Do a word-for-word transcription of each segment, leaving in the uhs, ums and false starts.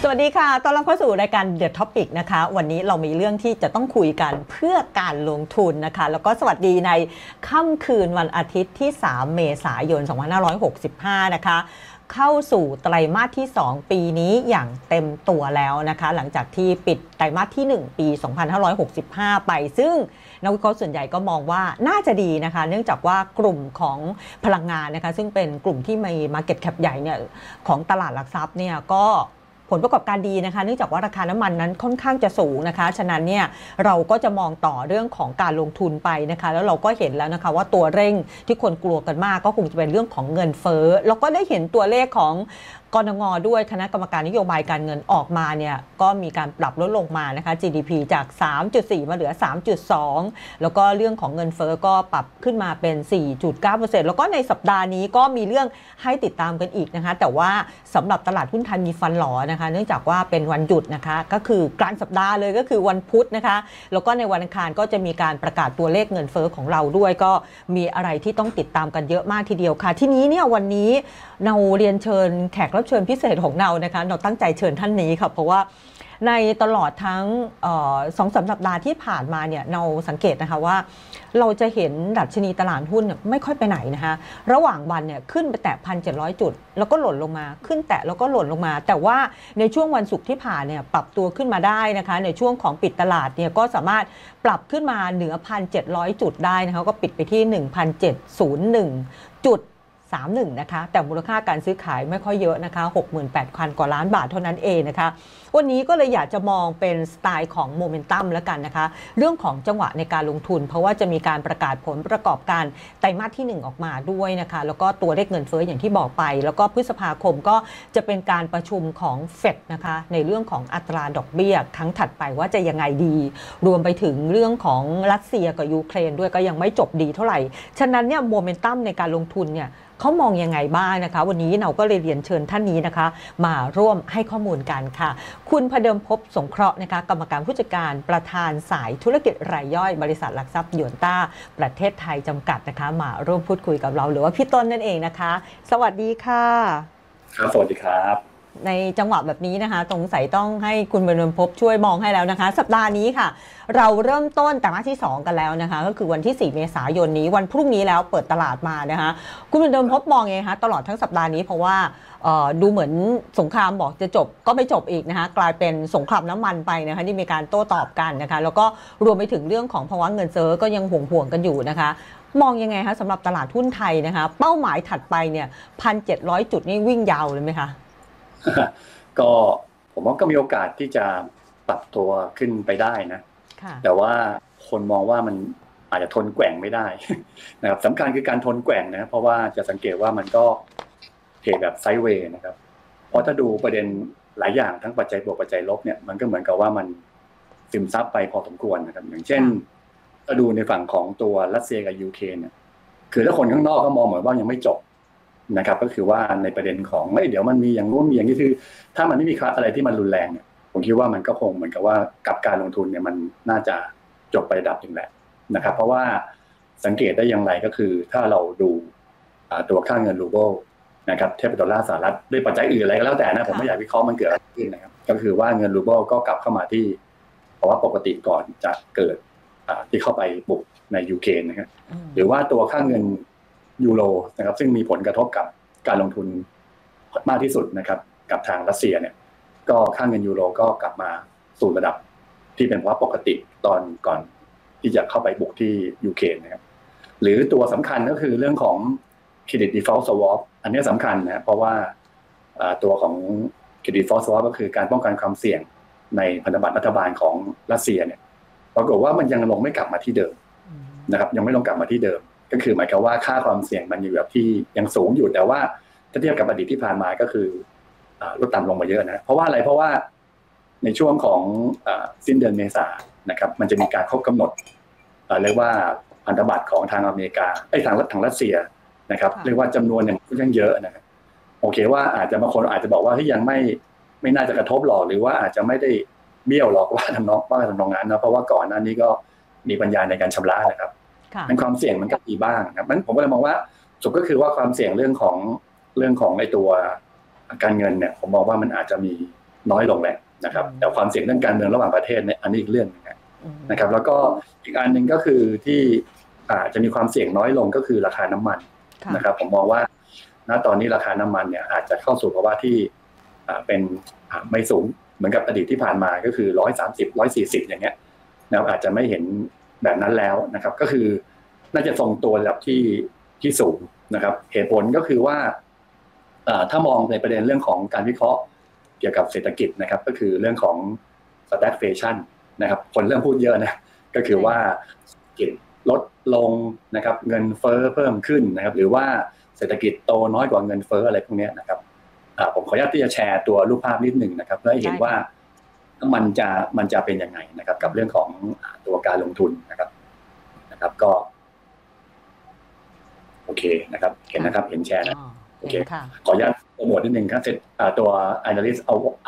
วัสดีค่ะต้อนรับเข้าสู่รายการ The Topic นะคะวันนี้เรามีเรื่องที่จะต้องคุยกันเพื่อการลงทุนนะคะแล้วก็สวัสดีในค่ำคืนวันอาทิตย์ที่สามเมษายนสองพันห้าร้อยหกสิบห้านะคะเข้าสู่ไตรมาสที่สองปีนี้อย่างเต็มตัวแล้วนะคะหลังจากที่ปิดไตรมาสที่หนึ่งปีสองพันห้าร้อยหกสิบห้าไปซึ่งนักวิเคราะห์ส่วนใหญ่ก็มองว่าน่าจะดีนะคะเนื่องจากว่ากลุ่มของพลังงานนะคะซึ่งเป็นกลุ่มที่มี Market Cap ใหญ่เนี่ยของตลาดหลักทรัพย์เนี่ยก็ผลประกอบการดีนะคะเนื่องจากว่าราคาน้ำมันนั้นค่อนข้างจะสูงนะคะฉะนั้นเนี่ยเราก็จะมองต่อเรื่องของการลงทุนไปนะคะแล้วเราก็เห็นแล้วนะคะว่าตัวเร่งที่คนกลัวกันมากก็คงจะเป็นเรื่องของเงินเฟ้อแล้วก็ได้เห็นตัวเลขของกนง.ด้วยคณะกรรมการนโยบายการเงินออกมาเนี่ยก็มีการปรับลดลงมานะคะ จี ดี พี จาก สามจุดสี่ มาเหลือ สามจุดสอง แล้วก็เรื่องของเงินเฟ้อก็ปรับขึ้นมาเป็น สี่จุดเก้าเปอร์เซ็นต์ แล้วก็ในสัปดาห์นี้ก็มีเรื่องให้ติดตามกันอีกนะคะแต่ว่าสำหรับตลาดหุ้นไทยมีฟันหลอนะคะเนื่องจากว่าเป็นวันหยุดนะคะก็คือกลางสัปดาห์เลยก็คือวันพุธนะคะแล้วก็ในวันอังคารก็จะมีการประกาศตัวเลขเงินเฟ้อของเราด้วยก็มีอะไรที่ต้องติดตามกันเยอะมากทีเดียวค่ะทีนี้เนี่ยวันนี้เราเรียนเชิญแขกรับเชิญพิเศษของเรานะคะเราตั้งใจเชิญท่านนี้ค่ะเพราะว่าในตลอดทั้งสองสามสัปดาห์ที่ผ่านมาเนี่ยเราสังเกตนะคะว่าเราจะเห็นดัชนีตลาดหุ้นไม่ค่อยไปไหนนะคะระหว่างวันเนี่ยขึ้นไปแตะ หนึ่งพันเจ็ดร้อย จุดแล้วก็หล่นลงมาขึ้นแตะแล้วก็หล่นลงมาแต่ว่าในช่วงวันศุกร์ที่ผ่านเนี่ยปรับตัวขึ้นมาได้นะคะในช่วงของปิดตลาดเนี่ยก็สามารถปรับขึ้นมาเหนือ หนึ่งพันเจ็ดร้อย จุดได้นะคะก็ปิดไปที่ หนึ่งพันเจ็ดร้อยหนึ่ง จุดสามสิบเอ็ดนะคะแต่มูลค่าการซื้อขายไม่ค่อยเยอะนะคะ หกหมื่นแปดพัน กว่าล้านบาทเท่านั้นเองนะคะวันนี้ก็เลยอยากจะมองเป็นสไตล์ของโมเมนตัมแล้วกันนะคะเรื่องของจังหวะในการลงทุนเพราะว่าจะมีการประกาศผลประกอบการไตรมาสที่หนึ่งออกมาด้วยนะคะแล้วก็ตัวเลขเงินเฟ้ออย่างที่บอกไปแล้วก็พฤษภาคมก็จะเป็นการประชุมของเฟดนะคะในเรื่องของอัตราดอกเบี้ยครั้งถัดไปว่าจะยังไงดีรวมไปถึงเรื่องของรัสเซียกับยูเครนด้วยก็ยังไม่จบดีเท่าไหร่ฉะนั้นเนี่ยโมเมนตัมในการลงทุนเนี่ยเขามองยังไงบ้างนะคะวันนี้เราก็เลยเรียนเชิญท่านนี้นะคะมาร่วมให้ข้อมูลกันค่ะคุณพเดิมภพสงเคราะห์นะคะกรรมการผู้จัดการประธานสายธุรกิจรายย่อยบริษัทหลักทรัพย์หยวนต้าประเทศไทยจำกัดนะคะมาร่วมพูดคุยกับเราหรือว่าพี่ต้นนั่นเองนะคะสวัสดีค่ะครับสวัสดีครับในจังหวะแบบนี้นะคะสงสัยต้องให้คุณพเดิมภพช่วยมองให้แล้วนะคะสัปดาห์นี้ค่ะเราเริ่มต้นไตรมาสที่สองกันแล้วนะคะก็คือวันที่สี่เมษายนนี้วันพรุ่งนี้แล้วเปิดตลาดมานะคะคุณพเดิมภพมองไงคะตลอดทั้งสัปดาห์นี้เพราะว่าดูเหมือนสงครามบอกจะจบก็ไม่จบอีกนะคะกลายเป็นสงครามน้ำมันไปนะคะที่มีการโต้ตอบกันนะคะแล้วก็รวมไปถึงเรื่องของภาวะเงินเฟ้อก็ยังห่วงห่วงกันอยู่นะคะมองยังไงคะสำหรับตลาดหุ้นไทยนะคะเป้าหมายถัดไปเนี่ย หนึ่งพันเจ็ดร้อย จุดนี่วิ่งยาวเลยไหมคะก็ผมว่าก็มีโอกาสที่จะปรับตัวขึ้นไปได้นะแต่ว่าคนมองว่ามันอาจจะทนแกว่งไม่ได้นะครับสำคัญคือการทนแกว่งนะเพราะว่าจะสังเกตว่ามันก็เทแบบไซด์เวย์นะครับเพราะถ้าดูประเด็นหลายอย่างทั้งปัจจัยบวกปัจจัยลบเนี่ยมันก็เหมือนกับว่ามันซึมซับไปพอสมควรนะครับอย่างเช่นถ้าดูในฝั่งของตัวรัสเซียกับยูเครนเนี่ยคือถ้าคนข้างนอกก็มองเหมือนว่ายังไม่จบนะครับก็คือว่าในประเด็นของไม่เดี๋ยวมันมีอย่างนู้นมีอย่างนี้คือถ้ามันไม่มีอะไรที่มันรุนแรงเนี่ยผมคิดว่ามันก็คงเหมือนกับว่ากับการลงทุนเนี่ยมันน่าจะจบไประดับหนึ่งแหละนะครับเพราะว่าสังเกตได้อย่างไรก็คือถ้าเราดูตัวค่าเงินรูเบิลนะครับเทียบกับดอลลาร์สหรัฐด้วยปัจจัยอื่นอะไรก็แล้วแต่นะผมไม่อยากวิเคราะห์มันเกิดอะไรขึ้นนะครับก็คือว่าเงินรูเบิลก็กลับเข้ามาที่เพราะว่าปกติก่อนจะเกิดที่เข้าไปบุกในยูเครนนะครับหรือว่าตัวค่าเงินยูโรนะครับซึ่งมีผลกระทบกับการลงทุนมากที่สุดนะครับกับทางรัสเซียเนี่ยก็ค่าเงินยูโรก็กลับมาสู่ระดับที่เป็นภาวะปกติตอนก่อนที่จะเข้าไปบุกที่ยูเครนนะครับหรือตัวสำคัญก็คือเรื่องของ Credit Default Swap อันนี้สำคัญนะเพราะว่าตัวของ Credit Default Swap ก็คือการป้องกันความเสี่ยงในพันธบัตรรัฐบาลของรัสเซียเนี่ยปรากฏว่ามันยังลงไม่กลับมาที่เดิมนะครับยังไม่ลงกลับมาที่เดิมก็คือหมายความว่าค่าความเสี่ยงมันอยู่แบบที่ยังสูงอยู่แต่ว่าถ้าเทียบกับอดีตที่ผ่านมาก็คือลดต่ำลงมาเยอะนะเพราะว่าอะไรเพราะว่าในช่วงของสิ้นเดือนเมษายนนะครับมันจะมีการครบกำหนดเรียกว่าพันธบัตรของทางอเมริกาไอ้ทางทางรัสเซียนะครับเรียกว่าจำนวนเนี่ยค่อนข้างเยอะนะครับโอเคว่าอาจจะบางคนอาจจะบอกว่าที่ยังไม่ไม่น่าจะกระทบหรอกหรือว่าอาจจะไม่ได้เบี้ยวหรอกว่าทำนองว่าทำนองนั้นนะเพราะว่าก่อนหน้านี้ก็มีปัญญาในการชำระนะครับมันความเสี่ยงมันก็มีบ้างนะมันผมก็เลยมองว่าสุดก็คือว่าความเสี่ยงเรื่องของเรื่องของไอ้ตัวการเงินเนี่ยผมมองว่ามันอาจจะมีน้อยลงแล้วนะครับแต่ความเสี่ยงเรื่องการเมืองระหว่างประเทศเนี่ยอันนี้อีกเรื่องนึงนะครับแล้วก็อีกอันหนึ่งก็คือที่อาจจะมีความเสี่ยงน้อยลงก็คือราคาน้ำมันนะครับผมมองว่าณตอนนี้ราคาน้ำมันเนี่ยอาจจะเข้าสู่ภาวะที่เป็นไม่สูงเหมือนกับอดีตที่ผ่านมาก็คือหนึ่งร้อยสามสิบ หนึ่งร้อยสี่สิบอย่างเงี้ยนะครับอาจจะไม่เห็นแบบนั้นแล้วนะครับก็คือน่าจะทรงตัวระดับที่ที่สูงนะครับเหตุผลก็คือว่าถ้ามองในประเด็นเรื่องของการวิเคราะห์เกี่ยวกับเศรษฐกิจนะครับก็คือเรื่องของ stagflation นะครับคนเริ่มพูดเยอะนะก็คือว่าเศรษฐกิจลดลงนะครับเงินเฟ้อเพิ่มขึ้นนะครับหรือว่าเศรษฐกิจโตน้อยกว่าเงินเฟ้ออะไรพวกนี้นะครับผมขออนุญาตที่จะแชร์ตัวรูปภาพนิดหนึ่งนะครับเพื่อให้เห็นว่ามันจะมันจะเป็นยังไงนะครับกับเรื่องของตัวการลงทุนนะครับนะครับก็โอเคนะครับเห็นนะครับเห็นแชร์นะโอเคขออนุญาตโปรโมทนิดนึงครับเสร็จตัว Analyst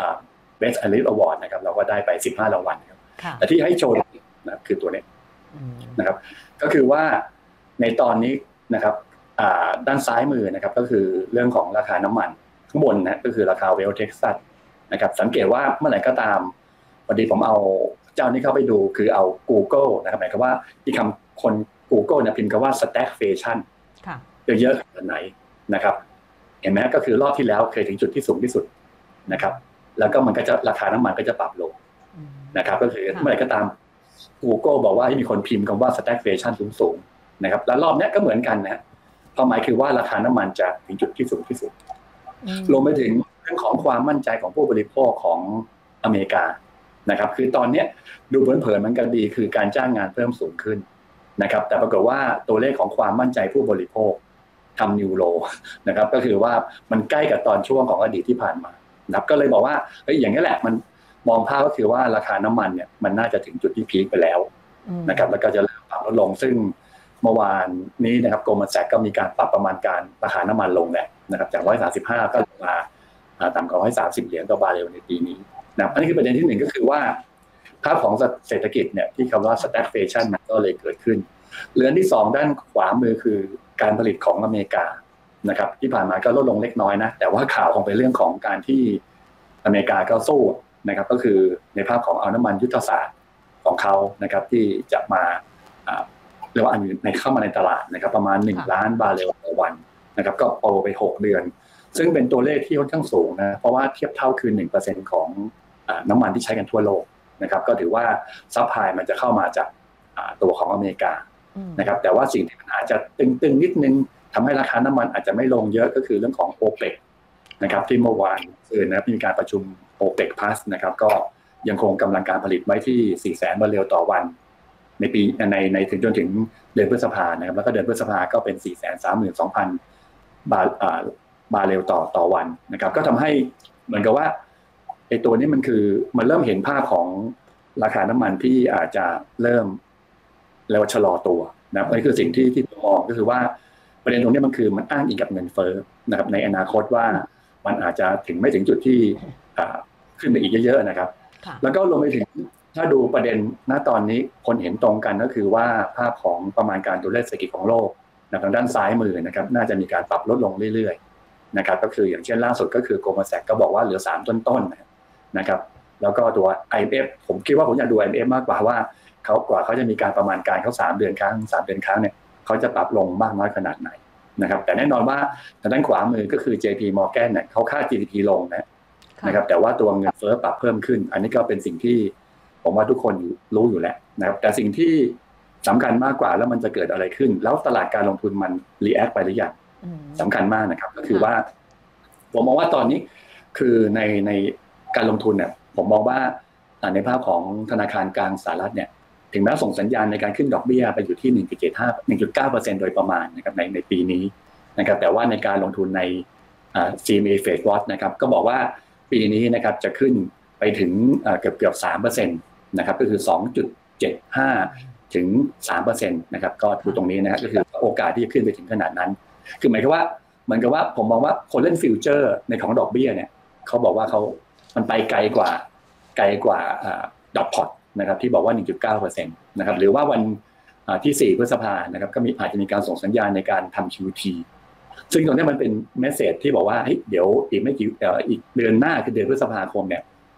Best Analyst Award นะครับเราก็ได้ไปสิบห้ารางวัลครับแต่ที่ให้โชว์นะคือตัวนี้นะครับก็คือว่าในตอนนี้นะครับด้านซ้ายมือนะครับก็คือเรื่องของราคาน้ำมันข้างบนนะก็คือราคาเวลเท็กซัสนะครับสังเกตว่าเมื่อไหร่ก็ตามพอดีผมเอาเจ้านี้เข้าไปดูคือเอา Google นะครับหมายความว่าที่คำคน Google เนี่ยพิมพ์คำว่า stagflation เยอะๆขนาดไหนนะครับเห็นไหมก็คือรอบที่แล้วเคยถึงจุดที่สูงที่สุดนะครับแล้วก็มันก็จะราคาน้ำมันก็จะปรับลงนะครับก็คือเมื่อไหร่ก็ตาม Google บอกว่าให้มีคนพิมพ์คำว่า stagflation สูงๆนะครับแล้วรอบนี้ก็เหมือนกันนะความหมายคือว่าราคาน้ำมันจะถึงจุดที่สูงที่สุดรวมไปถึงเรื่องของความมั่นใจของผู้บริโภคของอเมริกานะครับคือตอนนี้ดูเผินๆมันก็ดีคือการจ้างงานเพิ่มสูงขึ้นนะครับแต่ปรากฏว่าตัวเลขของความมั่นใจผู้บริโภคทำนิวโลนะครับก็คือว่ามันใกล้กับตอนช่วงของอดีตที่ผ่านมานะครับก็เลยบอกว่าเฮ้ยอย่างนี้แหละมันมองภาพก็คือว่าราคาน้ำมันเนี่ยมันน่าจะถึงจุดที่พีคไปแล้วนะครับแล้วก็จะเริ่มปรับลดลงซึ่งเมื่อวานนี้นะครับโกลด์แมนแซกก็มีการปรับประมาณการราคาน้ำมันลงแหละนะครับจากหนึ่งร้อยสามสิบห้าก็ลงมาต่ำกว่าหนึ่งร้อยสามสิบเหรียญต่อบาร์เรลในปีนี้นะอันนี้คือประเด็นที่หนึ่งก็คือว่าภาพของเศรษฐกิจเนี่ยที่คำว่า stagflation มันก็เลยเกิดขึ้นเรื่องที่สองด้านขวามือคือการผลิตของอเมริกานะครับที่ผ่านมาก็ลดลงเล็กน้อยนะแต่ว่าข่าวคงเป็นเรื่องของการที่อเมริกาก็สู้นะครับก็คือในภาพของเอาน้ำมันยุทธศาสตร์ของเขานะครับที่จะมาเรียกว่าอันในเข้ามาในตลาดนะครับประมาณหนึ่งล้านบาร์เรลต่อวันนะครับก็โตไปหกเดือนซึ่งเป็นตัวเลขที่ค่อนข้างสูงนะเพราะว่าเทียบเท่าคือ หนึ่งเปอร์เซ็นต์ ของน้ำมันที่ใช้กันทั่วโลกนะครับก็ถือว่าซัพพลายมันจะเข้ามาจากตัวของอเมริกานะครับแต่ว่าสิ่งที่มันอาจจะตึงๆนิดนึงทำให้ราคาน้ำมันอาจจะไม่ลงเยอะก็คือเรื่องของ โอเปก นะครับที่เมื่อวานคือนะมีการประชุม โอเปก Plus นะครับก็ยังคงกำลังการผลิตไว้ที่ สี่แสน บาร์เรลต่อวันในปีในในถึงจนถึงเดือนพฤษภาคมนะครับแล้วก็เดือนพฤษภาคมก็เป็น สี่แสนสามหมื่นสองพัน บาร์บาร์เรลต่อต่อวันนะครับก็ทำให้เหมือนกับว่าไอ้ตัวนี้มันคือมันเริ่มเห็นภาพของราคาน้ำมันที่อาจจะเริ่มแล้วชะลอตัวนะนี่คือสิ่งที่ที่มองก็คือว่าประเด็นตรงนี้มันคือมันอ้างอิงกับเงินเฟ้อนะครับในอนาคตว่ามันอาจจะถึงไม่ถึงจุดที่ขึ้นไปอีกเยอะๆนะครับแล้วก็รวมไปถึงถ้าดูประเด็นณตอนนี้คนเห็นตรงกันก็คือว่าภาพของประมาณการตัวเลขเศรษฐกิจของโลกทางด้านซ้ายมือนะครับน่าจะมีการปรับลดลงเรื่อยๆนะครับก็คืออย่างเช่นล่าสุดก็คือโกลด์แมนแซกก็บอกว่าเหลือสามต้นๆนะครับแล้วก็ตัว ไอ เอ็ม เอฟ ผมคิดว่าผมอยากดู ไอ เอ็ม เอฟ มากกว่าว่าเขากว่าเขาจะมีการประมาณการเขาสามเดือนครั้งสามเดือนครั้งเนี่ยเขาจะปรับลงมากน้อยขนาดไหนนะครับแต่แน่นอนว่าทางด้านขวามือก็คือ เจ พี Morgan เนี่ยเขาคาด จี ดี พี ลงนะนะครับแต่ว่าตัวเงินเฟ้อปรับเพิ่มขึ้นอันนี้ก็เป็นสิ่งที่ผมว่าทุกคนรู้อยู่แล้วนะครับแต่สิ่งที่สำคัญมากกว่าแล้วมันจะเกิดอะไรขึ้นแล้วตลาดการลงทุนมันรีแอคไปหรือยังสำคัญมากนะครับก็คือว่าผมมองว่าตอนนี้คือในในการลงทุนเนี่ยผมมองว่าในภาพของธนาคารกลางสหรัฐเนี่ยถึงแม้ส่งสัญญาณในการขึ้นดอกเบี้ยไปอยู่ที่ หนึ่งจุดเจ็ดห้า หนึ่งจุดเก้าเปอร์เซ็นต์ โดยประมาณนะครับในในปีนี้นะครับแต่ว่าในการลงทุนใน ซี เอ็ม เอ Fed Watch นะครับก็บอกว่าปีนี้นะครับจะขึ้นไปถึงเกือบเกือบ สามเปอร์เซ็นต์ นะครับก็คือ สองจุดเจ็ดห้า ถึง สามเปอร์เซ็นต์ นะครับก็ดูตรงนี้นะก็คือโอกาสที่จะขึ้นไปถึงขนาดนั้นคือหมายความว่าเหมือนกับว่าผมมองว่าคนเล่นฟิวเจอร์ในของดอกเบี้ยเนี่ยเขาบอกว่าเขามันไปไกลกว่าไกลกว่าดอทพอตนะครับที่บอกว่า หนึ่งจุดเก้าเปอร์เซ็นต์ นะครับหรือว่าวันที่สี่พฤษภาคมนะครับก็มีอาจจะมีการส่งสัญญาณในการทำ คิว ที ซึ่งตรงนี้มันเป็นเมสเสจที่บอกว่าเฮ้ยเดี๋ยวอีกไม่กี่อีกเดือนหน้าคือเดือนพฤษภาคมเนี่ย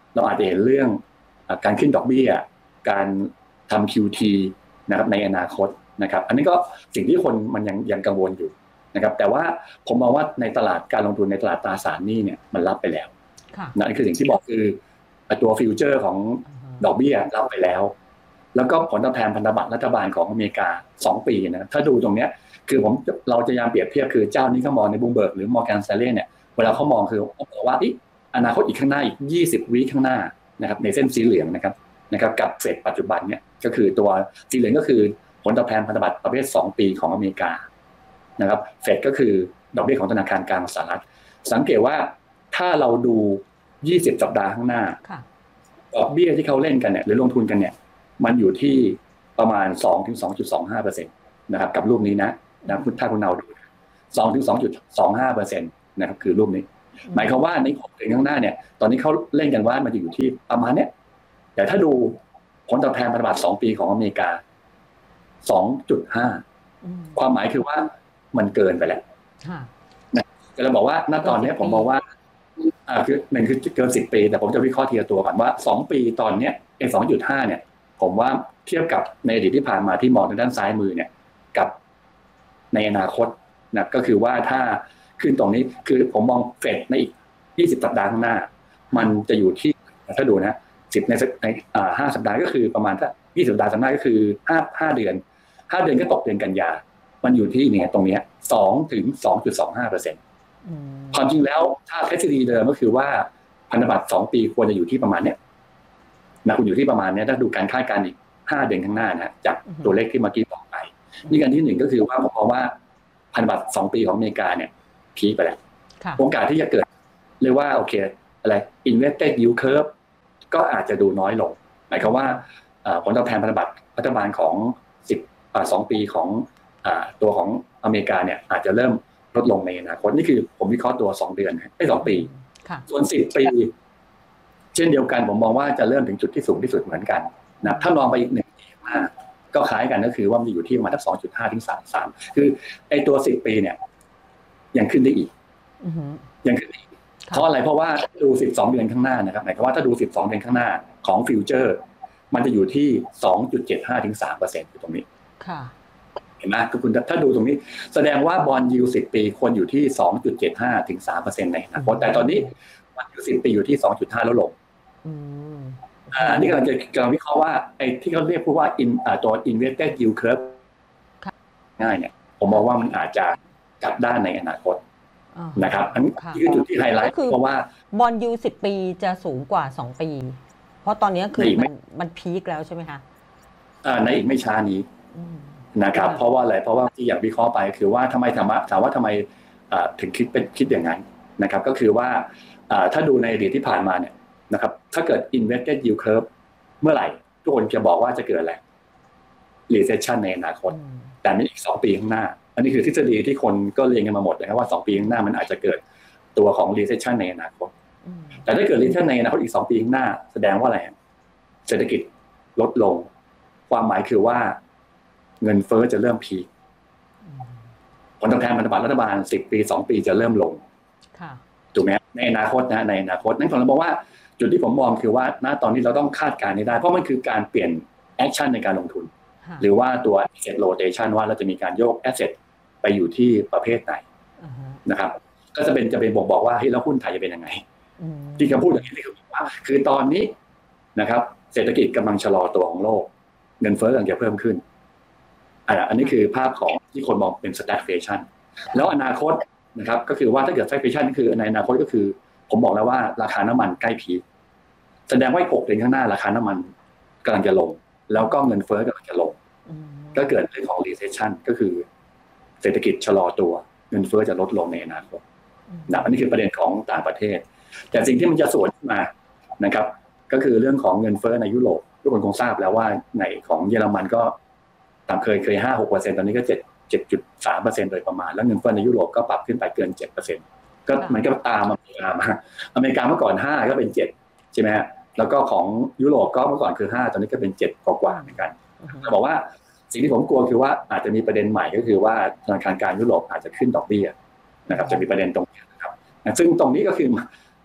เราอาจจะเห็นเรื่องการขึ้นดอกเบี้ยการทำ คิว ที นะครับในอนาคตนะครับอันนี้ก็สิ่งที่คนมันยังยังกังวลอยู่นะครับแต่ว่าผมมองว่าในตลาดการลงทุนในตลาดตราสารหนี้เนี่ยมันรับไปแล้วนั่นคือสิ่งที่บอกคือตัวฟิวเจอร์ของดอกเบี้ยรับไปแล้วแล้วก็ผลตอบแทนพันธบัตรรัฐบาลของอเมริกาสองปีนะถ้าดูตรงเนี้ยคือผมเราจะพยายามเปรียบเทียบคือเจ้านี้เขามองในบูมเบิร์กหรือมอร์แกนสแตนเลย์เนี่ยเวลาเขามองคือเขาบอกว่าอนาคตอีกข้างหน้าอีกยี่สิบวีคข้างหน้านะครับในเส้นสีเหลืองนะครับนะครับกับเฟดปัจจุบันเนี่ยก็คือตัวสีเหลืองก็คือผลตอบแทนพันธบัตรประเภทสองปีของอเมริกานะครับเฟดก็คือดอกเบี้ยของธนาคารกลางสหรัฐสังเกตว่าถ้าเราดูยี่สิบสัปดาห์ข้างหน้าดอกเบี้ยที่เขาเล่นกันเนี่ยหรือลงทุนกันเนี่ยมันอยู่ที่ประมาณ สองถึงสองจุดสองห้าเปอร์เซ็นต์ นะครับกับรูปนี้นะนะถ้าคุณเอาดู สองถึงสองจุดสองห้าเปอร์เซ็นต์ นะครับคือรูปนี้หมายความว่าในหกเดือนข้างหน้าเนี่ยตอนนี้เขาเล่นกันว่ามันจะอยู่ที่ประมาณเนี้ยแต่ถ้าดูผลตอบแทนพันธบัตรสองปีของอเมริกา สองจุดห้า ความหมายคือว่ามันเกินไปแล้วนะเราบอกว่าณตอนนี้ผมมองว่าอ่าคือหนึ่งคือเกินสิบปีแต่ผมจะวิเคราะห์ทีละตัวก่อนว่าสองปีตอนเนี้ยไอ้ สองจุดห้า เนี่ยผมว่าเทียบกับในอดีตที่ผ่านมาที่มองทางด้านซ้ายมือเนี่ยกับในอนาคตนะก็คือว่าถ้าขึ้นตรงนี้คือผมมองเฟดในอีกยี่สิบสัปดาห์ข้างหน้ามันจะอยู่ที่ถ้าดูนะสิบในในอ่าห้าสัปดาห์ก็คือประมาณถ้ายี่สิบสัปดาห์ข้างหน้าก็คือห้า ห้าเดือนห้าเดือนก็ตกเดือนกันยามันอยู่ที่เนี่ยตรงเนี้ยสองถึง สองจุดสองห้าเปอร์เซ็นต์ ความจริงแล้วถ้าทฤษฎีเดิมก็คือว่าพันธบัตรสองปีควรจะอยู่ที่ประมาณเนี้ยนะคุณอยู่ที่ประมาณเนี้ยถ้าดูการคาดการณ์อีกห้าเดือนข้างหน้านะจากตัวเลขที่เมื่อกี้บอกไปนี่กันที่หนึ่งก็คือว่าผมมองว่าพันธบัตรสองปีของอเมริกาเนี่ยพีคไปแล้วโอกาสที่จะเกิดเรียกว่าโอเคอะไร inverted yield curve ก็อาจจะดูน้อยลงหมายความว่าผลตอบแทนพันธบัตรรัฐบาลของสิบสองปีของตัวของอเมริกาเนี่ยอาจจะเริ่มลดลงในอนาคตนี่คือผมวิเคราะห์ตัวสองเดือนไอ้สองปีส่วนสิบปีเช่นเดียวกันผมมองว่าจะเริ่มถึงจุดที่สูงที่สุดเหมือนกันนะถ้าลองไปอีกหนึ่งปีข้างหน้าก็คล้ายกันก็คือว่ามันอยู่ที่ประมาณสัก สองจุดห้า ถึง สาม สามคือไอ้ตัวสิบปีเนี่ยยังขึ้นได้อีกยังขึ้นได้อีกเพราะอะไรเพราะว่าดูสิบสองเดือนข้างหน้านะครับหมายความว่าถ้าดูสิบสองเดือนข้างหน้าของฟิวเจอร์มันจะอยู่ที่ สองจุดเจ็ดห้า ถึง สามเปอร์เซ็นต์ อยู่ตรงนี้ค่ะเห็นไหมคือคุณถ้าดูตรงนี้แสดงว่าบอนด์ยิลด์สิบปีควรอยู่ที่ สองจุดเจ็ดห้า ถึง สามเปอร์เซ็นต์ ในอนาคตแต่ตอนนี้มันอยู่สิบปีอยู่ที่ สองจุดห้า แล้วลงอ่านี่กำลังจะกำลังวิเคราะห์ว่าไอ้ที่เขาเรียกว่าอินตัว inverted yield curve ง่ายเนี่ยผมมองว่ามันอาจจะกลับด้านในอนาคตนะครับอันนี้คือจุดที่ไฮไลท์เพราะว่าบอนด์ยิลด์สิบปีจะสูงกว่าสองปีเพราะตอนนี้คือมันมันพีคแล้วใช่ไหมคะอ่าในอีกไม่ช้านี้นะครับเพราะว่าอะไรเพราะว่าที่อยากวิเคราะห์ไปคือว่าทำไมถามว่าถามว่าทำไมถึงคิดเป็นคิดอย่างนั้นนะครับก็คือว่าถ้าดูในอดีตที่ผ่านมาเนี่ยนะครับถ้าเกิด inverted yield curve เมื่อไหร่ทุกคนจะบอกว่าจะเกิดอะไร recession ในอนาคตแต่ไม่อีกสองปีข้างหน้าอันนี้คือทฤษฎีที่คนก็เรียนกันมาหมดนะครับว่าสองปีข้างหน้ามันอาจจะเกิดตัวของ recession ในอนาคตแต่ถ้าเกิด recession ในอนาคตอีกสองปีข้างหน้าแสดงว่าอะไรเศรษฐกิจลดลงความหมายคือว่าเงินเฟ้อจะเริ่มพีคผลตอบแทนพันธบัตรรัฐบาลสิบปีสองปีจะเริ่มลงถูกไหมในอนาคตนะในอนาคตนั่นผมบอกว่าจุดที่ผมมองคือว่าณตอนนี้เราต้องคาดการณ์ได้เพราะมันคือการเปลี่ยนแอคชั่นในการลงทุนหรือว่าตัว asset rotation ว่าเราจะมีการโยก asset ไปอยู่ที่ประเภทไหนนะครับก็จะเป็นจะเป็นบ่งบอกว่าเฮ้ยแล้วหุ้นไทยจะเป็นยังไงที่คำพูดอย่างนี้คือว่าคือตอนนี้นะครับเศรษฐกิจกำลังชะลอตัวของโลกเงินเฟ้อกำลังจะเพิ่มขึ้นอันนี้คือภาพของที่คนมองเป็น stagflation แล้วอนาคตนะครับก็คือว่าถ้าเกิด stagflation คือในอนาคตก็คือผมบอกแล้วว่าราคาน้ำมันใกล้พีคแสดงว่าหกเดือนข้างหน้าราคาน้ำมันกำลังจะลงแล้วก็เงินเฟ้อกำลังจะลงก็เกิดเรื่องของ recession ก็คือเศรษฐกิจชะลอตัวเงินเฟ้อจะลดลงในอนาคตนะอันนี้คือประเด็นของต่างประเทศแต่สิ่งที่มันจะสวนขึ้นมานะครับก็คือเรื่องของเงินเฟ้อในยุโรปทุกคนคงทราบแล้วว่าในของเยอรมันก็ตามเคยเคย ห้าหกเปอร์เซ็นต์ ตอนนี้ก็เจ็ด เจ็ดจุดสามเปอร์เซ็นต์ โดยประมาณแล้วเงินเฟ้อในยุโรปก็ปรับขึ้นไปเกิน เจ็ดเปอร์เซ็นต์ ก็มันก็ตามอเมริกามาอเมริกาเมื่อก่อนห้าก็เป็นเจ็ดใช่ไหมฮะแล้วก็ของยุโรปก็เมื่อก่อนคือห้าตอนนี้ก็เป็นเจ็ดกว่าๆเหมือนกันบอกว่าสิ่งที่ผมกลัวคือว่าอาจจะมีประเด็นใหม่ก็คือว่าธนาคารกลางยุโรปอาจจะขึ้นดอกเบี้ยนะครับจะมีประเด็นตรงนี้นะครับซึ่งตรงนี้ก็คือ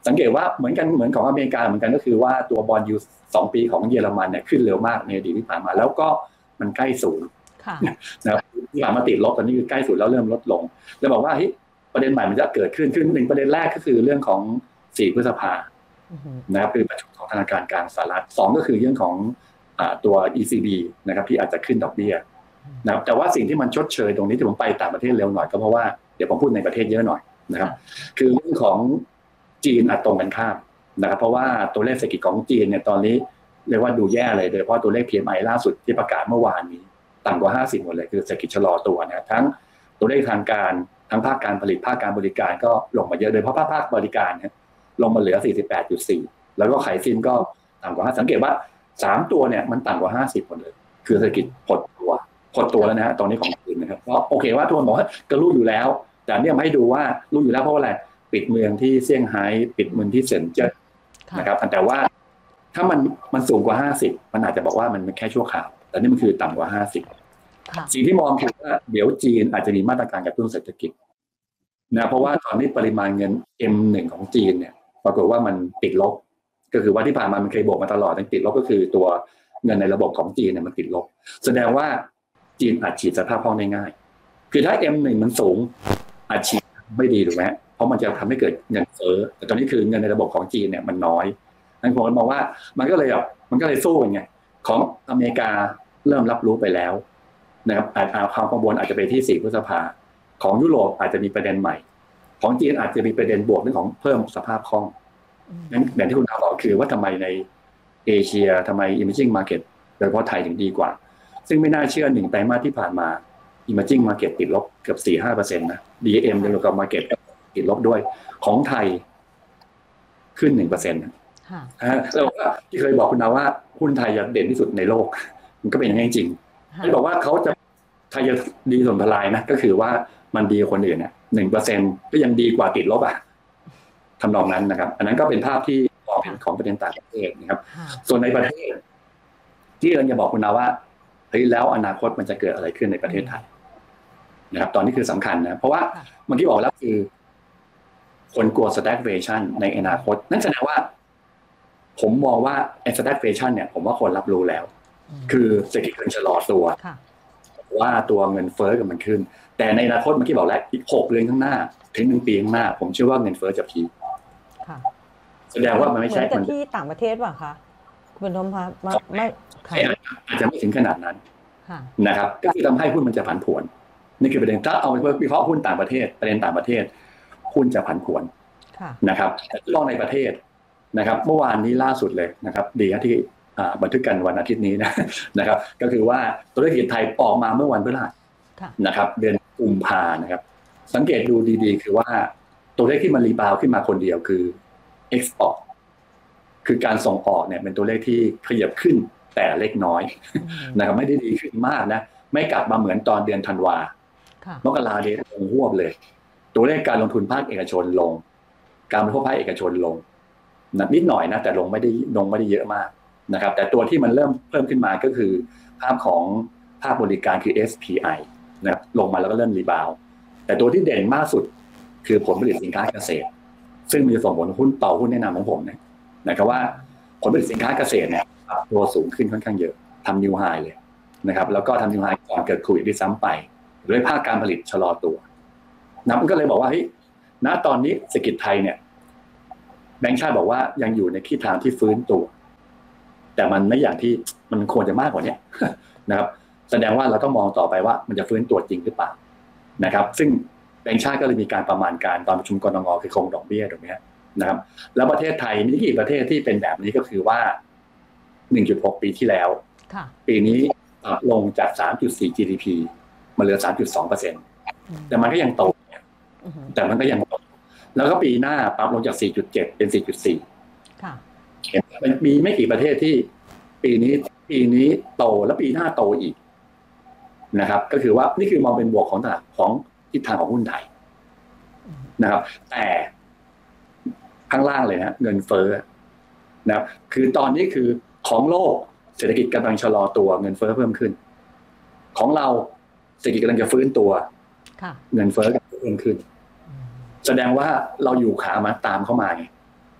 สังเกตว่าเหมือนกันเหมือนของอเมริกาเหมือนกันก็คือว่าตัวบอนด์ยูสองปีของเยอรมันเนี่ยขึ้นเร็วมากในอดีตที่ผ่านมาแล้วก็มันใกล้ศูนย์นะครับที่ผ่านมาติดลบตอนนี้คือใกล้ศูนย์แล้วเริ่มลดลงแล้วบอกว่าเฮ้ยประเด็นใหม่มันจะเกิดขึ้นขึ้นหนึ่งประเด็นแรกก็คือเรื่องของสี่พฤษภานะครับคือประชุมของธนาคารกลางสหรัฐสองก็คือเรื่องของตัว อี ซี บี นะครับที่อาจจะขึ้นดอกเบี้ยนะครับแต่ว่าสิ่งที่มันชดเชยตรงนี้ที่ผมไปต่างประเทศเร็วหน่อยก็เพราะว่าเดี๋ยวผมพูดในประเทศเยอะหน่อยนะครับคือเรื่องของจีนอาจตรงกันข้ามนะครับเพราะว่าตัวเลขเศรษฐกิจของจีนเนี่ยตอนนี้เรียกว่าดูแย่เลยโดยเฉพาะตัวเลข พี เอ็ม ไอ ล่าสุดที่ประกาศเมื่อวานนี้ต่ำกว่าห้าสิบหมดเลยคือเศรษฐกิจชะลอตัวนะทั้งตัวเลขทางการทั้งภาคการผลิตภาคการบริการก็ลงมาเยอะโดยเฉพาะภาคบริการเนี่ยลงมาเหลือ สี่สิบแปดจุดสี่ แล้วก็ขายซิมก็ต่ำกว่าสังเกตว่าสามตัวเนี่ยมันต่ำกว่าห้าสิบหมดเลยคือเศรษฐกิจหดตัวหดตัวแล้วนะฮะตอนนี้ของจีนนะครับเพราะโอเคว่าทุกคนบอกว่าก็รู้อยู่แล้วแต่เนี่ยมาให้ดูว่ารู้อยู่แล้วเพราะว่าอะไรปิดเมืองที่เซี่ยงไฮ้ปิดเมืองที่เซินเจิ้นนะครับแต่ว่าถ้ามันมันสูงกว่าห้าสิบมันอาจจะบอกว่ามันแค่ชั่วคราวแต่นี่มันคือต่ำกว่าห้าสิบสิ่งที่มองคือว่าเดี๋ยวจีนอาจจะมีมาตรการกระตุ้นเศรษฐกิจนะเพราะว่าตอนนี้ปริมาณเงิน เอ็ม หนึ่ง ของจีนเนี่ยปรากฏว่ามันติดลบก็คือว่าที่ผ่านมามันเคยบวกมาตลอดแต่ติดลบก็คือตัวเงินในระบบของจีนเนี่ยมันติดลบแสดงว่าจีนอาจฉีดสภาพคล่องได้ง่ายคือถ้า เอ็ม หนึ่ง มันสูงอาจฉีดไม่ดีถูกไหมเพราะมันจะทำให้เกิดเงินเฟ้อแต่ตอนนี้คือเงินในระบบของจีนเนี่ยมันน้อยนั่นผมมองว่ามันก็เลยแบบมันก็เลยสู้กันไงของอเมริกาเริ่มรับรู้ไปแล้วนะครับอาจเอาความกังวลอาจจะไปที่สี่พฤษภาของยุโรปอาจจะมีประเด็นใหม่ของจีนอาจจะมีประเด็นบวกเรื่องของเพิ่มสภาพคล่องงั้นอย่างที่คุณถามบอกคือว่าทำไมในเอเชียทำไม emerging market โดยเฉพาะไทยถึงดีกว่าซึ่งไม่น่าเชื่อหนึ่งไตรมาสที่ผ่านมา emerging market ติดลบเกือบ สี่ถึงห้าเปอร์เซ็นต์ นะ ดี เอ็ม developed market ติดลบด้วยของไทยขึ้น หนึ่งเปอร์เซ็นต์ค่ะแล้วที่เคยบอกคุณนาว่าหุ้นไทยจะเด่นที่สุดในโลกมันก็เป็นอย่างนั้นจริงที่บอกว่าเขาจะไทยจะดีส่วนทลายนะก็คือว่ามันดีกว่าคนอื่นนะ หนึ่งเปอร์เซ็นต์ ก็ยังดีกว่าติดลบอ่ะทำนองนั้นนะครับอันนั้นก็เป็นภาพที่มองเป็นของประเด็นต่างประเทศนะครับส่วนในประเทศที่เราจะบอกคุณนาว่าเฮ้ยแล้วอนาคตมันจะเกิดอะไรขึ้นในประเทศไทยนะครับตอนนี้คือสำคัญนะเพราะว่าเมื่อกี้บอกแล้วคือคนกลัว stagflation ในอนาคตนั่นแสดงว่าผมมองว่าไอ้ stagflation เนี่ยผมว่าคนรับรู้แล้วคือเศรษฐกิจมันชะลอตัวว่าตัวเงินเฟ้อกับมันขึ้นแต่ในอนาคตเมื่อกี้บอกแล้วอีกหกเดือนข้างหน้าถึงหนึ่งปีข้างหน้าผมเชื่อว่าเงินเฟ้อจะพีคแสดงว่ามันไม่ใช่เหมือนที่ต่างประเทศป่ะคะคุณธมพัฒน์ไม่อาจจะไม่ถึงขนาดนั้นนะครับก็คือทำให้หุ้นมันจะผันผวนนี่คือประเด็นถ้าเอาไปวิเคราะห์หุ้นต่างประเทศประเด็นต่างประเทศหุ้นจะผันผวนนะครับลองในประเทศนะครับเมื่อวานนี้ล่าสุดเลยนะครับดีที่บันทึกกันวันอาทิตย์นี้นะนะครับก็คือว่าตัวเลขเศรษฐกิจไทยออกมาเมื่อวันพฤหัสนะครับเดือนกุมภานะครับสังเกตดูดีๆคือว่าตัวเลขที่มันรีบาวขึ้นมาคนเดียวคือ export คือการส่งออกเนี่ยเป็นตัวเลขที่ขยับขึ้นแต่เล็กน้อยนะครับไม่ได้ดีขึ้นมากนะไม่กลับมาเหมือนตอนเดือนธันวามกราเดือนลงหวบเลยตัวเลขการลงทุนภาคเอกชนลงการบริโภคภาคเอกชนลงนิดหน่อยนะแต่ลงไม่ได้ลงไม่ได้เยอะมากนะครับแต่ตัวที่มันเริ่มเพิ่มขึ้นมาก็คือภาพของภาคบริการคือ เอส พี ไอ นะครับลงมาแล้วก็เริ่มรีบาวแต่ตัวที่เด่นมากสุดคือผลผลิตสินค้าเกษตรซึ่งมีส่งผลหุ้นต่อหุ้นแนะนำของผมนะนะครับว่าผลผลิตสินค้าเกษตรเนี่ยปรับตัวสูงขึ้นค่อนข้างเยอะทำนิวไฮเลยนะครับแล้วก็ทำนิวไฮก่อนเกิดโควิดด้วยซ้ำไปด้วยภาคการผลิตชะลอตัวนะมันก็เลยบอกว่าเฮ้ยณตอนนี้เศรษฐกิจไทยเนี่ยแบงก์ชาติบอกว่ายังอยู่ในทิศทางที่ฟื้นตัวแต่มันไม่อย่างที่มันควรจะมากกว่านี้นะครับแสดงว่าเราต้องมองต่อไปว่ามันจะฟื้นตัวจริงหรือเปล่านะครับซึ่งแบงก์ชาติก็เลยมีการประมาณการตอนประชุมกนงคือคงดอกเบี้ยตรงนี้นะครับแล้วประเทศไทยมีกี่ประเทศที่เป็นแบบนี้ก็คือว่า หนึ่งจุดหก ปีที่แล้วปีนี้ลงจาก สามจุดสี่ จี ดี พี มาเหลือ สามจุดสองเปอร์เซ็นต์ แต่มันก็ยังโตแต่มันก็ยังโตแล้วก็ปีหน้าปรับลงจาก สี่จุดเจ็ด เป็น สี่จุดสี่ ค่ะมันมีไม่กี่ประเทศที่ปีนี้ปีนี้โตแล้วปีหน้าโตอีกนะครับก็คือว่านี่คือมองเป็นบวกของตลาดของทิศทางของหุ้นไทยนะครับแต่ข้างล่างเลยนะเงินเฟ้อนะครับคือตอนนี้คือของโลกเศรษฐกิจกำลังชะลอตัวเงินเฟ้อเพิ่มขึ้นของเราเศรษฐกิจกำลังจะฟื้นตัวเงินเฟ้อกำลังเพิ่มขึ้นแสดงว่าเราอยู่ขามาตามเข้ามาไง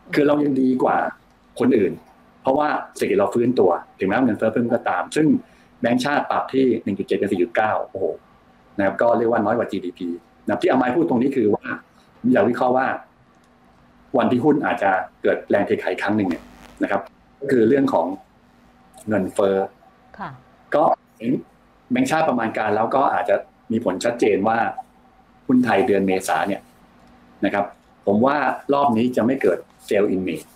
คือเรายังดีกว่าคนอื่นเพราะว่าเศรษฐกิจเราฟื้นตัวถึงแม้เงินเฟ้อเพิ่มก็ตามซึ่งแบงก์ชาติปรับที่ หนึ่งจุดเจ็ด กับ สี่จุดเก้า โอ้โหนะครับก็เรียกว่าน้อยกว่า จี ดี พี นะที่เอามาพูดตรงนี้คือว่าอยากวิเคราะห์ว่าวันที่หุ้นอาจจะเกิดแรงเทขายครั้งหนึ่งเนี่ยนะครับก็คือเรื่องของเงินเฟ้อก็แบงก์ชาติประมาณการแล้วก็อาจจะมีผลชัดเจนว่าหุ้นไทยเดือนเมษาเนี่ยนะครับผมว่ารอบนี้จะไม่เกิดเซลล์อินเมจ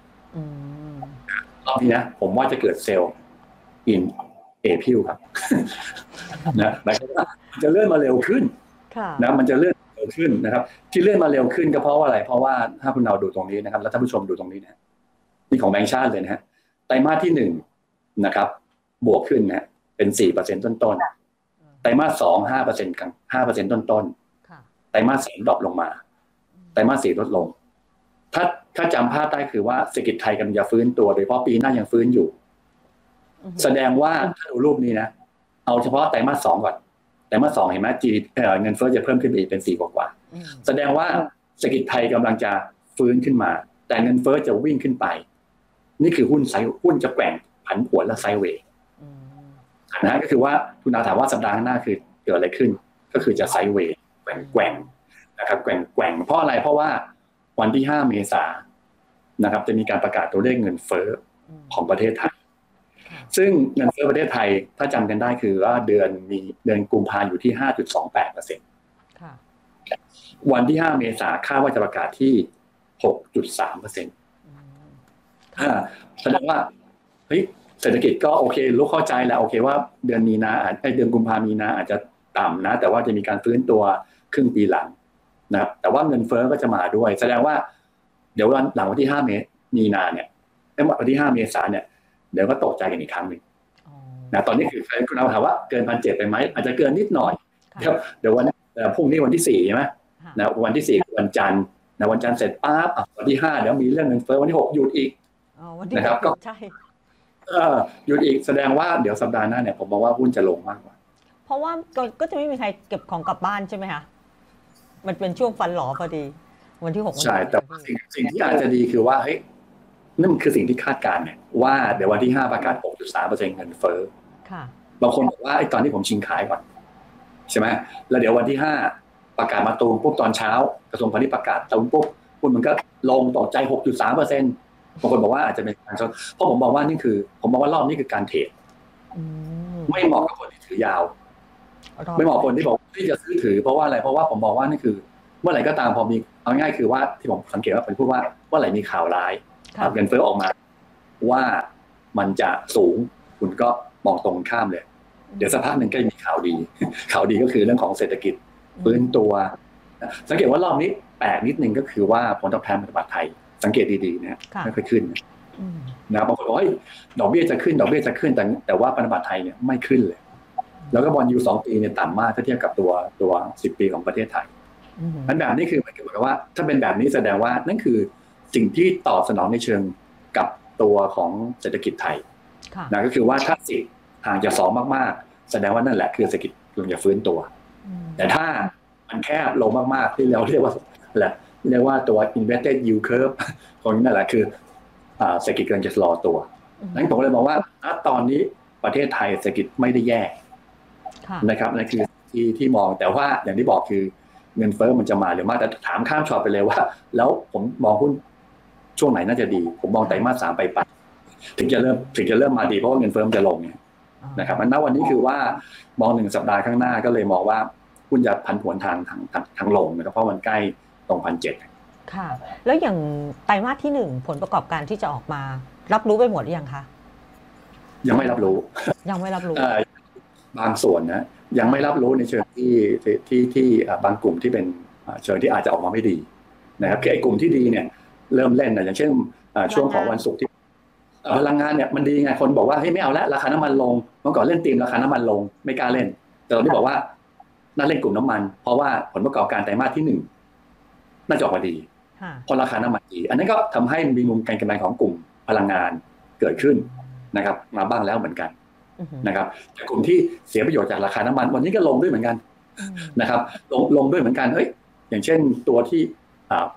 รอบนี้นะผมว่าจะเกิดเซลล์อินเอพิวครับนะหมายความว่าจะเลื่อนมาเร็วขึ้นนะมันจะเลื่อนเร็วขึ้นนะครับที่เลื่อนมาเร็วขึ้นก็เพราะว่าอะไรเพราะว่าถ้าคุณเราดูตรงนี้นะครับแล้วท่านผู้ชมดูตรงนี้นะนี่ของแบงก์ชาติเลยนะฮะไตรมาสที่หนึ่งนะครับบวกขึ้นนะเป็น สี่เปอร์เซ็นต์ ต้นๆไตรมาสสอง ห้าเปอร์เซ็นต์ กลาง ห้าเปอร์เซ็นต์ ต้นๆไตรมาสสามดรอปลงมาไตรมาสสี่ลดลงถ้าถ้าจำภาพได้คือว่าเศรษฐกิจไทยกำลังจะฟื้นตัวโดยเฉพาะปีหน้ายังฟื้นอยู่แสดงว่าถ้าดูรูปนี้นะเอาเฉพาะไตรมาสสองก่อนไตรมาสสองเห็นไหมจีเงินเฟ้อจะเพิ่มขึ้นไปอีกเป็นสี่กว่าๆแสดงว่าเศรษฐกิจไทยกำลังจะฟื้นขึ้นมาแต่เงินเฟ้อจะวิ่งขึ้นไปนี่คือหุ้นไซหุ้นจะแกว่งผันผวนและไซด์เวย์นะก็คือว่าคุณอาถามว่าสัปดาห์ข้างหน้าคือเกิดอะไรขึ้นก็คือจะไซด์เวย์แกว่งแกว่งนะครับแกว่งแกว่งเพราะอะไรเพราะว่าวันที่ห้าเมษายนนะครับจะมีการประกาศตัวเลขเงินเฟ้อของประเทศไทยซึ่งเงินเฟ้อประเทศไทยถ้าจำกันได้คือว่าเดือนมีเดือนกุมภาพันธ์อยู่ที่ ห้าจุดสองแปดเปอร์เซ็นต์ วันที่ห้าเมษายนคาดว่าจะประกาศที่ หกจุดสามเปอร์เซ็นต์ อ่าแสดงว่าเฮ้ยเศรษฐกิจก็โอเครู้เข้าใจแล้วโอเคว่าเดือนมีนาอาจเดือนกุมภาพันธ์มีนาอาจจะต่ำนะแต่ว่าจะมีการฟื้นตัวครึ่งปีหลังนะครับแต่ว่าเงินเฟ้อก็จะมาด้วยแสดงว่าเดี๋ยววันหลังวันที่ห้าเมษมีนาเนี่ยวันที่ห้าเมษายนเนี่ยเดี๋ยวก็ตกใจกันอีกครั้งหนึ่งนะตอนนี้คือคุณเอาถามว่าเกินพันเจ็ดไปไหมอาจจะเกินนิดหน่อยครับเดี๋ยววันพรุ่งนี้วันที่สี่ใช่ไหมนะวันที่สี่วันจันทร์นะวันจันทร์เสร็จปั๊บวันที่ห้าเดี๋ยวมีเรื่องเงินเฟ้อวันที่หกหยุดอีกนะครับก็ใช่หยุดอีกแสดงว่าเดี๋ยวสัปดาห์หน้าเนี่ยผมมองว่าหุ้นจะลงมากกว่าเพราะว่าก็จะไม่มีใครเก็บของกลับบ้านใช่ไหมคะมันเป็นช่วงฟันหลอพอดีวันที่หกใช่แต่สิ่งสิ่งที่อาจจะดีคือว่าเฮ้ยนั่นคือสิ่งที่คาดการณ์เนี่ยว่าเดี๋ยววันที่ห้าประกาศ หกจุดสามเปอร์เซ็นต์ เงินเฟ้อค่ะบางคนบอกว่าไอ้ตอนที่ผมชิงขายก่อนใช่ไหมแล้วเดี๋ยววันที่ห้าประกาศมาตูมปุ๊บตอนเช้ากระทรวงพาณิชย์ประกาศตูมปุ๊บหุ้นมันก็ลงตกใจ หกจุดสามเปอร์เซ็นต์ บางคนบอกว่าอาจจะเป็นการช็อตเพราะผมบอกว่านี่คือผมบอกว่ารอบนี้คือการเทรดไม่เหมาะกับคนที่ถือยาวไม่เหมาะกับคนที่บอกที่จะซื้อถือเพราะว่าอะไรเพราะว่าผมบอกว่านี่คือเมื่อไหร่ก็ตามพอมีเอาง่ายคือว่าที่ผมสังเกตว่าผมพูดว่าเมื่อไหร่มีข่าวร้ายเงินเฟ้อออกมาว่ามันจะสูงคุณก็มองตรงข้ามเลยเดี๋ยวสักพักหนึ่งก็มีข่าวดีข่าวดีก็คือเรื่องของเศรษฐกิจฟื้นตัวสังเกตว่ารอบนี้แปลกนิดนึงก็คือว่าผลตอบแทนพันธบัตรไทยสังเกตดีๆนะไม่ค่อยขึ้นนะบางคนบอกว่าดอกเบี้ยจะขึ้นดอกเบี้ยจะขึ้นแต่แต่ว่าพันธบัตรไทยเนี่ยไม่ขึ้นเลยแล้วก็บอนด์ยิลด์สองปีเนี่ยต่ำมากถ้าเทียบกับตัวตัวสิบปีของประเทศไทยนั้นแบบนี้คือหมายถึงว่าถ้าเป็นแบบนี้แสดงว่านั่นคือสิ่งที่ตอบสนองในเชิงกับตัวของเศรษฐกิจไทยนะก็คือว่าถ้าสิห่างจากสองมากๆแสดงว่านั่นแหละคือเศรษฐกิจกำลังจะฟื้นตัวแต่ถ้ามันแคบลงมากๆที่เราเรียกว่าแหละเรียกว่าตัว inverted yield curve ของนี้นั่นแหละคือเศรษฐกิจกำลังจะชะลอตัวนั้นผมเลยมองว่าตอนนี้ประเทศไทยเศรษฐกิจไม่ได้แย่นะครับนั่นคือที่ที่มองแต่ว่าอย่างที่บอกคือเงินเฟ้อมันจะมาหรือไม่แต่ถามข้ามช็อตไปเลยว่าแล้วผมมองหุ้นช่วงไหนน่าจะดีผมมองไตรมาสสามไปปัดถึงจะเริ่มถึงจะเริ่มมาดีเพราะว่าเงินเฟ้อมันจะลงเนี่ยนะครับมันณวันนี้คือว่ามองหนึ่งสัปดาห์ข้างหน้าก็เลยมองว่าหุ้นจะผันผวนทางทางทางลงนะครับเพราะมันใกล้ตรงพันเจ็ดค่ะแล้วอย่างไตรมาสที่หนึ่งผลประกอบการที่จะออกมารับรู้ไปหมดหรือยังคะยังไม่รับรู้ยังไม่รับรู้บางส่วนนะยังไม่รับรู้ในเชิงที่ที่ที่บางกลุ่มที่เป็นเชิงที่อาจจะออกมาไม่ดีนะครับคือไอ้กลุ่มที่ดีเนี่ยเริ่มเล่นนะอย่างเช่นช่วงของวันศุกร์ที่พลังงานเนี่ยมันดีไงคนบอกว่าเฮ้ยไม่เอาแล้วราคาน้ำมันลงเมื่อก่อนเล่นธีมราคาน้ำมันลงไม่กล้าเล่นแต่ตอนนี้บอกว่าน่าเล่นกลุ่มน้ำมันเพราะว่าผลประกอบการไตรมาสที่หนึ่งน่าจะออกมาดีเพราะราคาน้ำมันดีอันนั้นก็ทำให้มีมุมการกำไรของกลุ่มพลังงานเกิดขึ้นนะครับมาบ้างแล้วเหมือนกันนะครับแต่กลุ่มที่เสียประโยชน์จากราคาน้ำมันวันนี้ก็ลงด้วยเหมือนกันนะครับลงลงด้วยเหมือนกันเฮ้ยอย่างเช่นตัวที่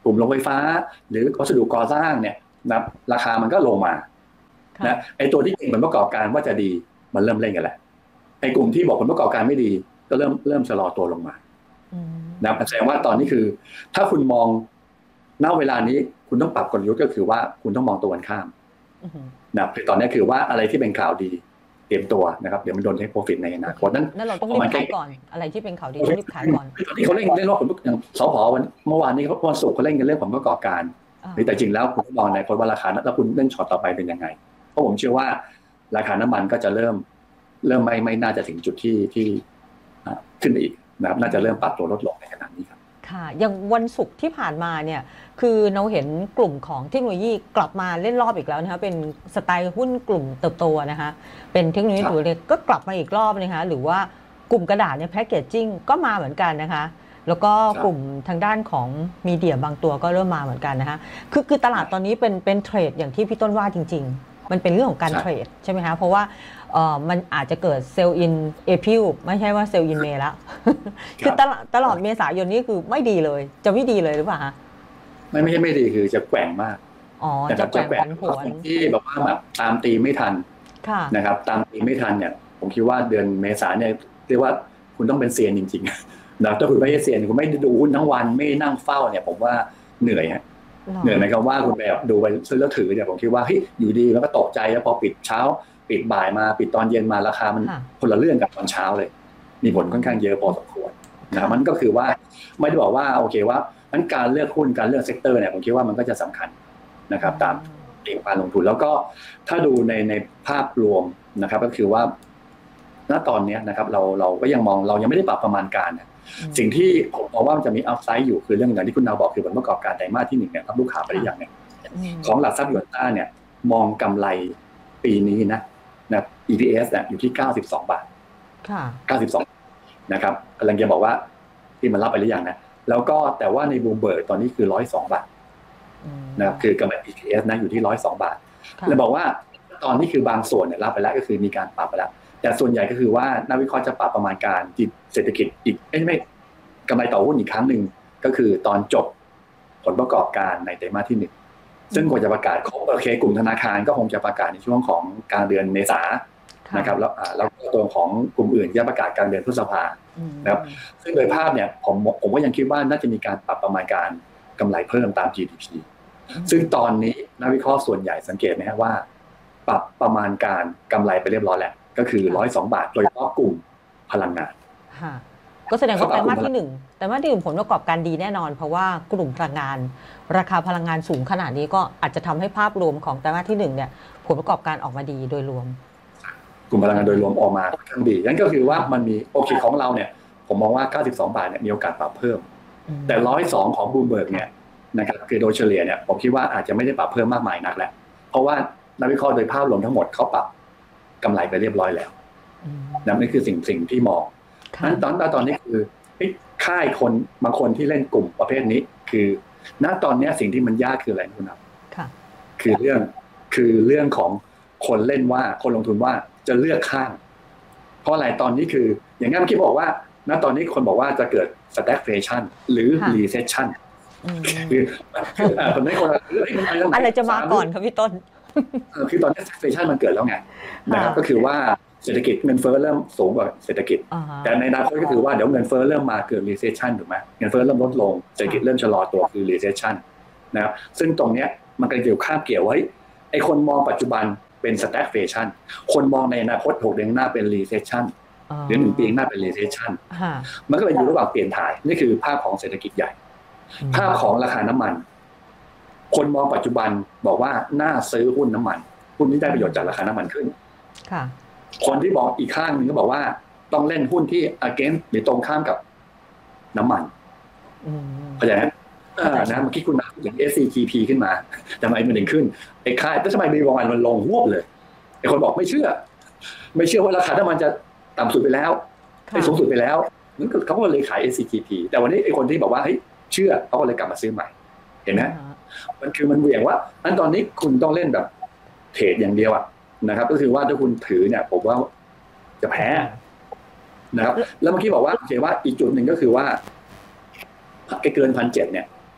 กลุ่มโรงไฟฟ้าหรือวัสดุก่อสร้างเนี่ยนะราคามันก็ลงมานะไอ้ตัวที่เก่งผลประกอบการว่าจะดีมันเริ่มเล่นกันแล้วไอ้กลุ่มที่บอกผลประกอบการไม่ดีก็เริ่มเริ่มชะลอตัวลงมานะแสดงว่าตอนนี้คือถ้าคุณมองณเวลานี้คุณต้องปรับกลยุทธ์ก็คือว่าคุณต้องมองตัวกันข้ามนะคือตอนนี้คือว่าอะไรที่เป็นข่าวดีเตรียมตัวนะครับเดี๋ยวมันโดนเทคโปรฟิตในอนาคตนั้นนั่นเราต้องรีบขายก่อนอะไรที่เป็นข่าวดีต้องรีบขายก่อนตอนนี้เขาเล่นเล่นว่าผลอย่างสผวันเมื่อวานนี้เขาวันศุกร์เขาเล่นกันเรื่องผลประกอบการแต่จริงแล้วคุณมองในคนว่าราคาแล้วคุณเล่นช็อตต่อไปเป็นยังไงเพราะผมเชื่อว่าราคาน้ำมันก็จะเริ่มเริ่มไม่ไม่น่าจะถึงจุดที่ที่ขึ้นอีกนะครับน่าจะเริ่มปรับตัวลดลงในขณะนี้ครับค่ะอย่างวันศุกร์ที่ผ่านมาเนี่ยคือเราเห็นกลุ่มของเทคโนโลยีกลับมาเล่นรอบอีกแล้วนะคะเป็นสไตล์หุ้นกลุ่มเติบโตนะคะเป็นเทคโนโลยีตัวเล็กก็กลับมาอีกรอบนะคะหรือว่ากลุ่มกระดาษเนี่ยแพคเกจจิ้งก็มาเหมือนกันนะคะแล้วก็กลุ่มทางด้านของมีเดียบางตัวก็เริ่มมาเหมือนกันนะคะคือคือตลาดตอนนี้เป็นเป็นเทรดอย่างที่พี่ต้นว่าจริงๆมันเป็นเรื่องของการเทรดใช่ไหมคะเพราะว่าเอ่อมันอาจจะเกิดเซลล์อินเอพิลไม่ใช่ว่าเซลล์อินเมย์แล้วคือตลอดตลอดเมษายนนี่คือไม่ดีเลยจะไม่ดีเลยหรือเปล่าคะไม่ไม่ใช่ไม่ดีคือจะแกว่งมากอ๋อจะแกว่งผันผวนที่แบบว่าแบบตามตีไม่ทันนะครับตามตีไม่ทันเนี่ยผมคิดว่าเดือนเมษาเนี่ยเรียกว่าคุณต้องเป็นเซียนจริงๆนะถ้าคุณไม่ใช่เซียนคุณไม่ดูหุ้นทั้งวันไม่นั่งเฝ้าเนี่ยผมว่าเหนื่อยฮะเหนื่อยไหมครับว่าคุณแบบดูไปซื้อแล้วถือเนี่ยผมคิดว่าเฮ้ยอยู่ดีแล้วก็ตกใจแล้วพอปิดเช้าปิดบ่ายมาปิดตอนเย็นมาราคามันคนละเรื่องกับตอนเช้าเลยมีผลค่อนข้างเยอะพอสมควรนะมันก็คือว่าไม่ได้บอกว่าโอเคว่านั้นการเลือกหุ้นการเลือกเซกเตอร์เนี่ยผมคิดว่ามันก็จะสำคัญนะครับตามเกมการลงทุนแล้วก็ถ้าดูในในภาพรวมนะครับก็คือว่าณตอนนี้นะครับเราเราก็ยังมองเรายังไม่ได้ปรับประมาณการสิ่งที่ผมมองว่ามันจะมีอัพไซด์อยู่คือเรื่องอย่างที่คุณนาวบอกคือผลประกอบการไตรมาสที่หนึ่งเนี่ยรับลูกค้าไปหรือยังเนี่ยของหลักทรัพย์ยูโรต้าเนี่ยมองกำไรปีนี้นะนะ อี พี เอส เนี่ยอยู่ที่เก้าสิบสองบาทค่ะเก้าสิบสองนะครับกำลังจะบอกว่าที่มันรับไปหรือยังนะแล้วก็แต่ว่าในบูมเบิร์กตอนนี้คือหนึ่งร้อยสองบาทนะครับคือกำไร อี พี เอส นะอยู่ที่หนึ่งร้อยสองบาทแล้วบอกว่าตอนนี้คือบางส่วนเนี่ยรับไปแล้วก็คือมีการปรับไปแล้วแต่ส่วนใหญ่ก็คือว่านักวิเคราะห์จะปรับประมาณการเศรษฐกิจอีกเอ้ยไม่กำไรต่อหุ้นอีกครั้งหนึ่งก็คือตอนจบผลประกอบการในไตรมาสที่หนึ่งซึ่งกว่าจะประกาศครบโอเคกลุ่มธนาคารก็คงจะประกาศในช่วงของกลางเดือนเมษายนนะครับแล้วแล้วตัวของกลุ่มอื่นจะประกาศกลางเดือนพฤษภานะครับซึ่งโดยภาพเนี่ยผมผมก็ยังคิดว่าน่าจะมีการปรับประมาณการกำไรเพิ่มตาม จี ดี พี ซึ่งตอนนี้นักวิเคราะห์ส่วนใหญ่สังเกตไหมครับว่าปรับประมาณการกำไรไปเรียบร้อยแล้วก็คือหนึ่งร้อยสองบาทโดยเฉพาะกลุ่มพลังงานก็แสดงว่าไตรมาสที่หนึ่งแต่ไตรมาสที่หนึ่งผลประกอบการดีแน่นอนเพราะว่ากลุ่มพลังงานราคาพลังงานสูงขนาดนี้ก็อาจจะทำให้ภาพรวมของไตรมาสที่หนึ่งเนี่ยผลประกอบการออกมาดีโดยรวมกลุ่มพลังงานโดยรวมออกมาค่อนข้างดีนั่นก็คือว่ามันมีโอเคของเราเนี่ยผมมองว่าเก้าสิบสองบาทเนี่ยมีโอกาสปรับเพิ่มแต่หนึ่งร้อยสองของบูมเบิร์กเนี่ยนะครับคือโดยเฉลี่ยเนี่ยผมคิดว่าอาจจะไม่ได้ปรับเพิ่มมากมายนักแหละเพราะว่านักวิเคราะห์โดยภาพรวมทั้งหมดเขาปรับกำไรไปเรียบร้อยแล้วนั่นคือสิ่งสิ่งที่มองนั้นตอนตอนนี้คือค่ายคนบางคนที่เล่นกลุ่มประเภทนี้คือณตอนนี้สิ่งที่มันยากคืออะไรคุณครับคือเรื่องคือเรื่องของคนเล่นว่าคนลงทุนว่าจะเลือกข้างเพราะอะไรตอนนี้คืออย่างงั้นเมื่อกี้บอกว่าณตอนนี้คนบอกว่าจะเกิด stagflation หรือ recession คือคนไม่คนอะไรจะมาก่อนครับพี่ต้นคือตอนนี้ stagflation มันเกิดแล้วไงนะครับก็คือว่าเศรษฐกิจเงินเฟ้อเริ่มสูงกว่าเศรษฐกิจแต่ในอนาคตก็คือว่าเดี๋ยวเงินเฟ้อเริ่มมาเกิด recession ถูกไหมเงินเฟ้อเริ่มลดลงเศรษฐกิจเริ่มชะลอตัวคือ recession นะครับซึ่งตรงเนี้ยมันก็เกี่ยวข้ามเกี่ยวไว้ไอ้คนมองปัจจุบันเป็น stagflation คนมองในอนาคตหกเดือนหน้าเป็น recession หรือหนึ่งปีหน้าเป็น recession มันก็เลยอยู่ระหว่างเปลี่ยนถ่ายนี่คือภาพของเศรษฐกิจใหญ่ภาพของราคาน้ำมันคนมองปัจจุบันบอกว่าน่าซื้อหุ้นน้ำมันหุ้นที่ได้ประโยชน์จากราคาน้ำมันขึ้นคนที่บอกอีกข้างนึงก็บอกว่าต้องเล่นหุ้นที่ against หรือตรงข้ามกับน้ำมันเข้าใจไหมนะเมื่อกี้คุณมาถึง เอส ซี จี พี ขึ้นมาทำไมมันถึงขึ้นไอ้ค่ายแต่ทำไมมีวงมันมันลงหวบเลยไอ้คนบอกไม่เชื่อไม่เชื่อว่าราคาน้ำมันจะต่ำสุดไปแล้วไปสูงสุดไปแล้วนั่นเขาก็เลยขาย เอส ซี จี พี แต่วันนี้ไอ้คนที่บอกว่าเฮ้ยเชื่อเขาก็เลยกลับมาซื้อใหม่เห็นไหมมันคือมันเหวี่ยงว่าอันตอนนี้คุณต้องเล่นแบบเทรดอย่างเดียวอะนะครับก็คือว่าถ้าคุณถือเนี่ยผมว่าจะแพ้นะครับแล้วเมื่อกี้บอกว่าโอเคว่าอีกจุดหนึ่งก็คือว่าเกินพันเจ็ดเนี่ย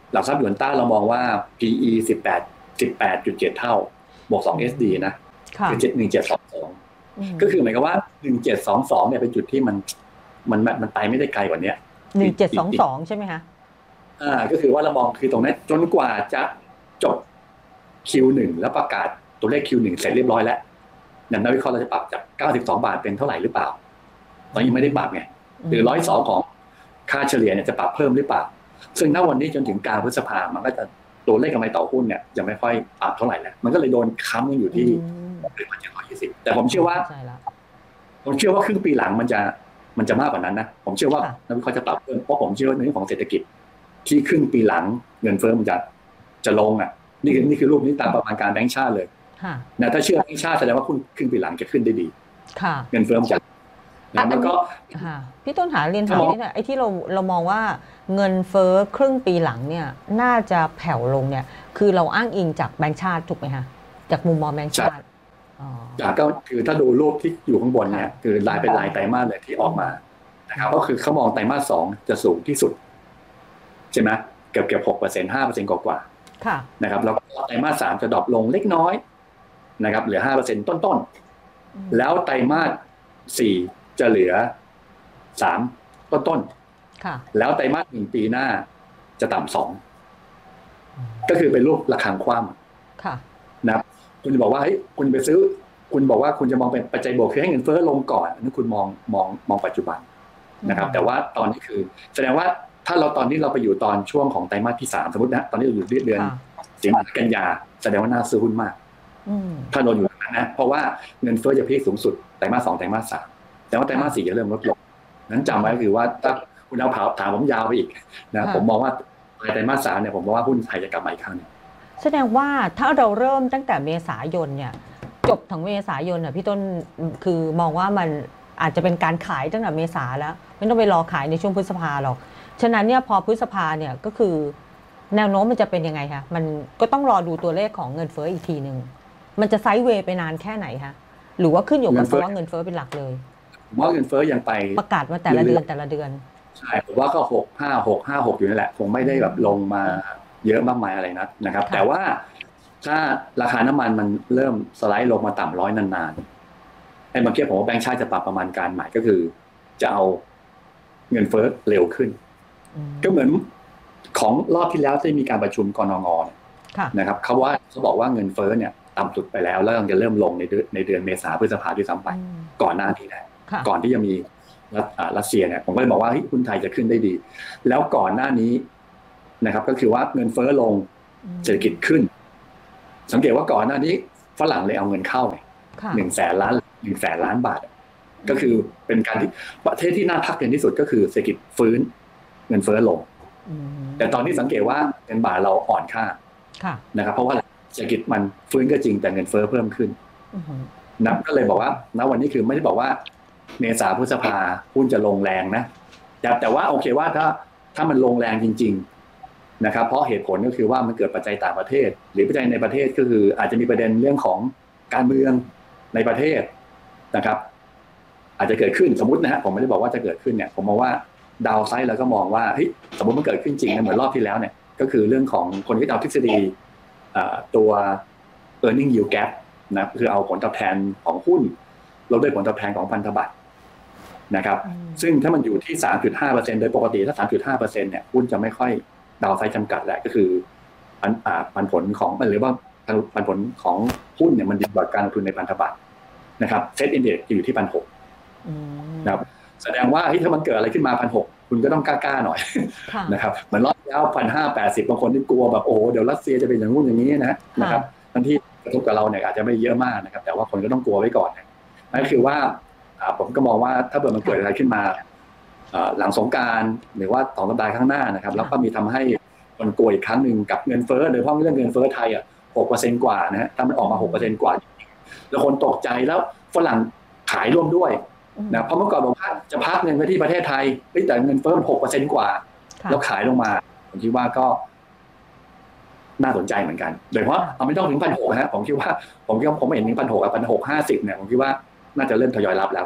หลักทรัพย์หยวนต้าเรามองว่า พี อี สิบแปด สิบแปดจุดเจ็ด เท่าบวกสอง เอส ดี นะคือหนึ่งเจ็ดสองสองก็คือหมายความว่าหนึ่งเจ็ดสองสองเนี่ยเป็นจุดที่มันมันมันไปไม่ได้ไกลกว่านี้หนึ่งเจ็ดสองสองใช่ไหมคะอ่าก็คือว่าเรามองคือตรงนั้นจนกว่าจะจบ คิว หนึ่ง แล้วประกาศตัวเลข คิว หนึ่ง เสร็จเรียบร้อยแล้วนักวิเคราะห์เราจะปรับจากเก้าสิบสองบาทเป็นเท่าไหร่หรือเปล่าตอนนี้ไม่ได้ปรับไงหรือหนึ่งร้อยสองของค่าเฉลี่ยเนี่ยจะปรับเพิ่มหรือเปล่าซึ่งณวันนี้จนถึงกลางพฤษภามันก็จะตัวเลขกำไรต่อหุ้นเนี่ยจะไม่ค่อยปรับเท่าไหร่แล้วมันก็เลยโดนค้ำกันอยู่ที่หนึ่งพันเจ็ดร้อยยี่สิบแต่ผมเชื่อว่าผมเชื่อว่าครึ่งปีหลังมันจะมันจะมากกว่านั้นนะผมเชื่อว่านักวิเคราะห์จะปรับเพิ่มเพราะผมเชื่อว่าในเรื่องของเศรษฐกิจที่ครึ่งปีหลังเงินเฟ้อมันจะจะลงอ่ะนี่คือนี่คือรูปนี้ตามประมาณการแบงก์ชาติเลยนะถ้าเชื่อแบงก์ชาติแสดงว่าครึ่งปีหลังจะขึ้นได้ดีเงินเฟ้อมันจะแล้วก็พี่ต้นหาเรียนถามนิดหน่อยไอ้ที่เราเรามองว่าเงินเฟ้อครึ่งปีหลังเนี่ยน่าจะแผ่วลงเนี่ยคือเราอ้างอิงจากแบงก์ชาติถูกไหมคะจากมุมมองแบงก์ชาติจากก็คือถ้าดูรูปที่อยู่ข้างบนเนี่ยคือลายเป็นลายไตรมาสเลยที่ออกมานะครับก็คือเขามองไตรมาสสองจะสูงที่สุดใช่ไหมเกือบเกือบหกเปอร์เซ็นต์ห้าเปอร์เซ็นต์กว่าๆนะครับแล้วไตรมาสสามจะดรอปลงเล็กน้อยนะครับเหลือห้าเปอร์เซ็นต์ต้นๆแล้วไตรมาสสี่จะเหลือสามต้นๆแล้วไตรมาสหนึ่งปีหน้าจะต่ำสองก็คือเป็นรูประฆังคว่ำนะครับคุณจะบอกว่าเฮ้ยคุณไปซื้อคุณบอกว่าคุณจะมองเป็นปัจจัยบวกคือให้เงินเฟ้อลงก่อนนั่นคุณมองมองมองปัจจุบันนะครับแต่ว่าตอนนี้คือแสดงว่าถ้าเราตอนนี้เราไปอยู่ตอนช่วงของไตรมาสที่สามสมมตินะตอนนี้เราอยู่เดือนสิงหากันยาแสดงว่าน่าซื้อหุ้นมากถ้าเราอยู่นั้นนะเพราะว่าเงินเฟ้อจะพีคสูงสุดไตรมาสสองไตรมาสสามแต่ว่าไตรมาสสี่จะเริ่มลดลงนั้นจำไว้คือว่าถ้าคุณเอาถามผมยาวไปอีกนะผมมองว่าไตรมาสสามเนี่ยผมมองว่าหุ้นไทยจะกลับมาอีกครั้งนึงแสดงว่าถ้าเราเริ่มตั้งแต่เมษายนเนี่ยจบถึงเมษายนน่ะพี่ต้นคือมองว่ามันอาจจะเป็นการขายตั้งแต่เมษาแล้วไม่ต้องไปรอขายในช่วงพฤษภาหรอกฉะนั้นเนี่ยพอพฤษภาเนี่ยก็คือแนวโน้มมันจะเป็นยังไงคะมันก็ต้องรอดูตัวเลขของเงินเฟ้ออีกทีนึงมันจะไซด์เวย์ไปนานแค่ไหนคะหรือว่าขึ้นอยู่กับภาวะเงินเฟ้อเป็นหลักเลยผมว่าเงินเฟ้อยังไปประกาศมาแต่ละเดือนแต่ละเดือนใช่ผมว่าก็หกห้าหกห้าหกอยู่นั่นแหละคงไม่ได้แบบลงมาเยอะมากมายอะไรนะนะครับแต่ว่าถ้าราคาน้ำมันมันเริ่มสไลด์ลงมาต่ำร้อยนานๆไอ้เมื่อกี้ผมว่าแบงก์ชาติจะปรับประมาณการใหม่ก็คือจะเอาเงินเฟ้อเร็วขึ้นก็เหมือนของรอบที่แล้วที่มีการประชุมกนง.นะครับเขาว่าเขาบอกว่าเงินเฟ้อเนี่ยต่ำสุดไปแล้วแล้วจะเริ่มลงในเดือนในเดือนเมษาพฤษภาด้วยซ้ำไปก่อนหน้านี้นะก่อนที่จะมีรัสเซียเนี่ยผมก็เลยบอกว่าหุ้นไทยจะขึ้นได้ดีแล้วก่อนหน้านี้นะครับก็คือว่าเงินเฟ้อลงเศรษฐกิจขึ้นสังเกตว่าก่อนหน้านี้ฝรั่งเลยเอาเงินเข้าไงหนึ่งแสนล้านหนึ่งแสนล้านบาทก็คือเป็นการที่ประเทศที่น่าพักเงินที่สุดก็คือเศรษฐกิจฟื้นเงินเฟ้อลงแต่ตอนนี้สังเกตว่าเงินบาทเราอ่อนค่านะครับเพราะว่าเศรษฐกิจมันฟื้นก็จริงแต่เงินเฟ้อเพิ่มขึ้นนะก็เลยบอกว่าณวันนี้คือไม่ได้บอกว่าเมษาพฤษภาหุ้นจะลงแรงนะแต่แต่ว่าโอเคว่าถ้าถ้ามันลงแรงจริงๆนะครับเพราะเหตุผลก็คือว่ามันเกิดปัจจัยต่างประเทศหรือปัจจัยในประเทศก็คืออาจจะมีประเด็นเรื่องของการเมืองในประเทศนะครับอาจจะเกิดขึ้นสมมตินะฮะผมไม่ได้บอกว่าจะเกิดขึ้นเนี่ยผมมองว่าดาวไซด์เราก็มองว่าเฮ้ยสมมติมันเกิดขึ้นจริงนะเหมือนรอบที่แล้วเนี่ยก็คือเรื่องของคนที่เอาทฤษฎีตัว earning yield gap นะคือเอาผลตอบแทนของหุ้นลดด้วยผลตอบแทนของพันธบัตรนะครับซึ่งถ้ามันอยู่ที่ สามจุดห้าเปอร์เซ็นต์ โดยปกติถ้า สามจุดห้าเปอร์เซ็นต์ เนี่ยหุ้นจะไม่ค่อยดาวไซด์จำกัดแหละก็คือปันผลของหรือว่าปันผลของหุ้นเนี่ยมันดีกว่าการลงทุนในพันธบัตรนะครับเซ็ตอินเด็กซ์อยู่ที่ หนึ่งพันหกร้อย นะครับแสดงว่าถ้ามันเกิดอะไรขึ้นมา หนึ่งพันหกร้อย คุณก็ต้องกล้าๆหน่อยนะครับเหมือนรอบที่แล้ว หนึ่งพันห้าร้อยแปดสิบ บางคนที่กลัวแบบโอ้โหเดี๋ยวรัสเซียจะเป็นอย่างงู้นอย่างนี้นะนะครับทั้งที่กระทบกับเราเนี่ยอาจจะไม่เยอะมากนะครับแต่ว่าคนก็ต้องกลัวไว้ก่อนนั่นคือว่าผมก็มองว่าถ้าเกิดมันเกิดอะไรขึ้นมาหลังสงกรานต์หรือว่าสองสัปดาห์ข้างหน้านะครับแล้วก็มีทำให้คนกลัวอีกครั้งหนึ่งกับเงินเฟ้อโดยเฉพาะเรื่องเงินเฟ้อไทยอ่ะ หกเปอร์เซ็นต์ กว่านะฮะถ้ามันออกมา หกเปอร์เซ็นต์ กว่าแล้วคนตกใจแล้วฝรั่งขายร่วมด้วยนะเพราะเมื่อก่อนบอกว่าจะพักเงินไว้ที่ประเทศไทยแต่เงินเฟ้อ หกเปอร์เซ็นต์ กว่าแล้วขายลงมาผมคิดว่าก็น่าสนใจเหมือนกันโดยเฉพาะเอาไม่ต้องถึง หนึ่งพันหกร้อย ฮะผมคิดว่าผมคิดว่าผมเห็น หนึ่งพันหกร้อย กับ หนึ่งพันหกร้อยห้าสิบ เนี่ยผมคิดว่าน่าจะเริ่มทยอยรับแล้วครับ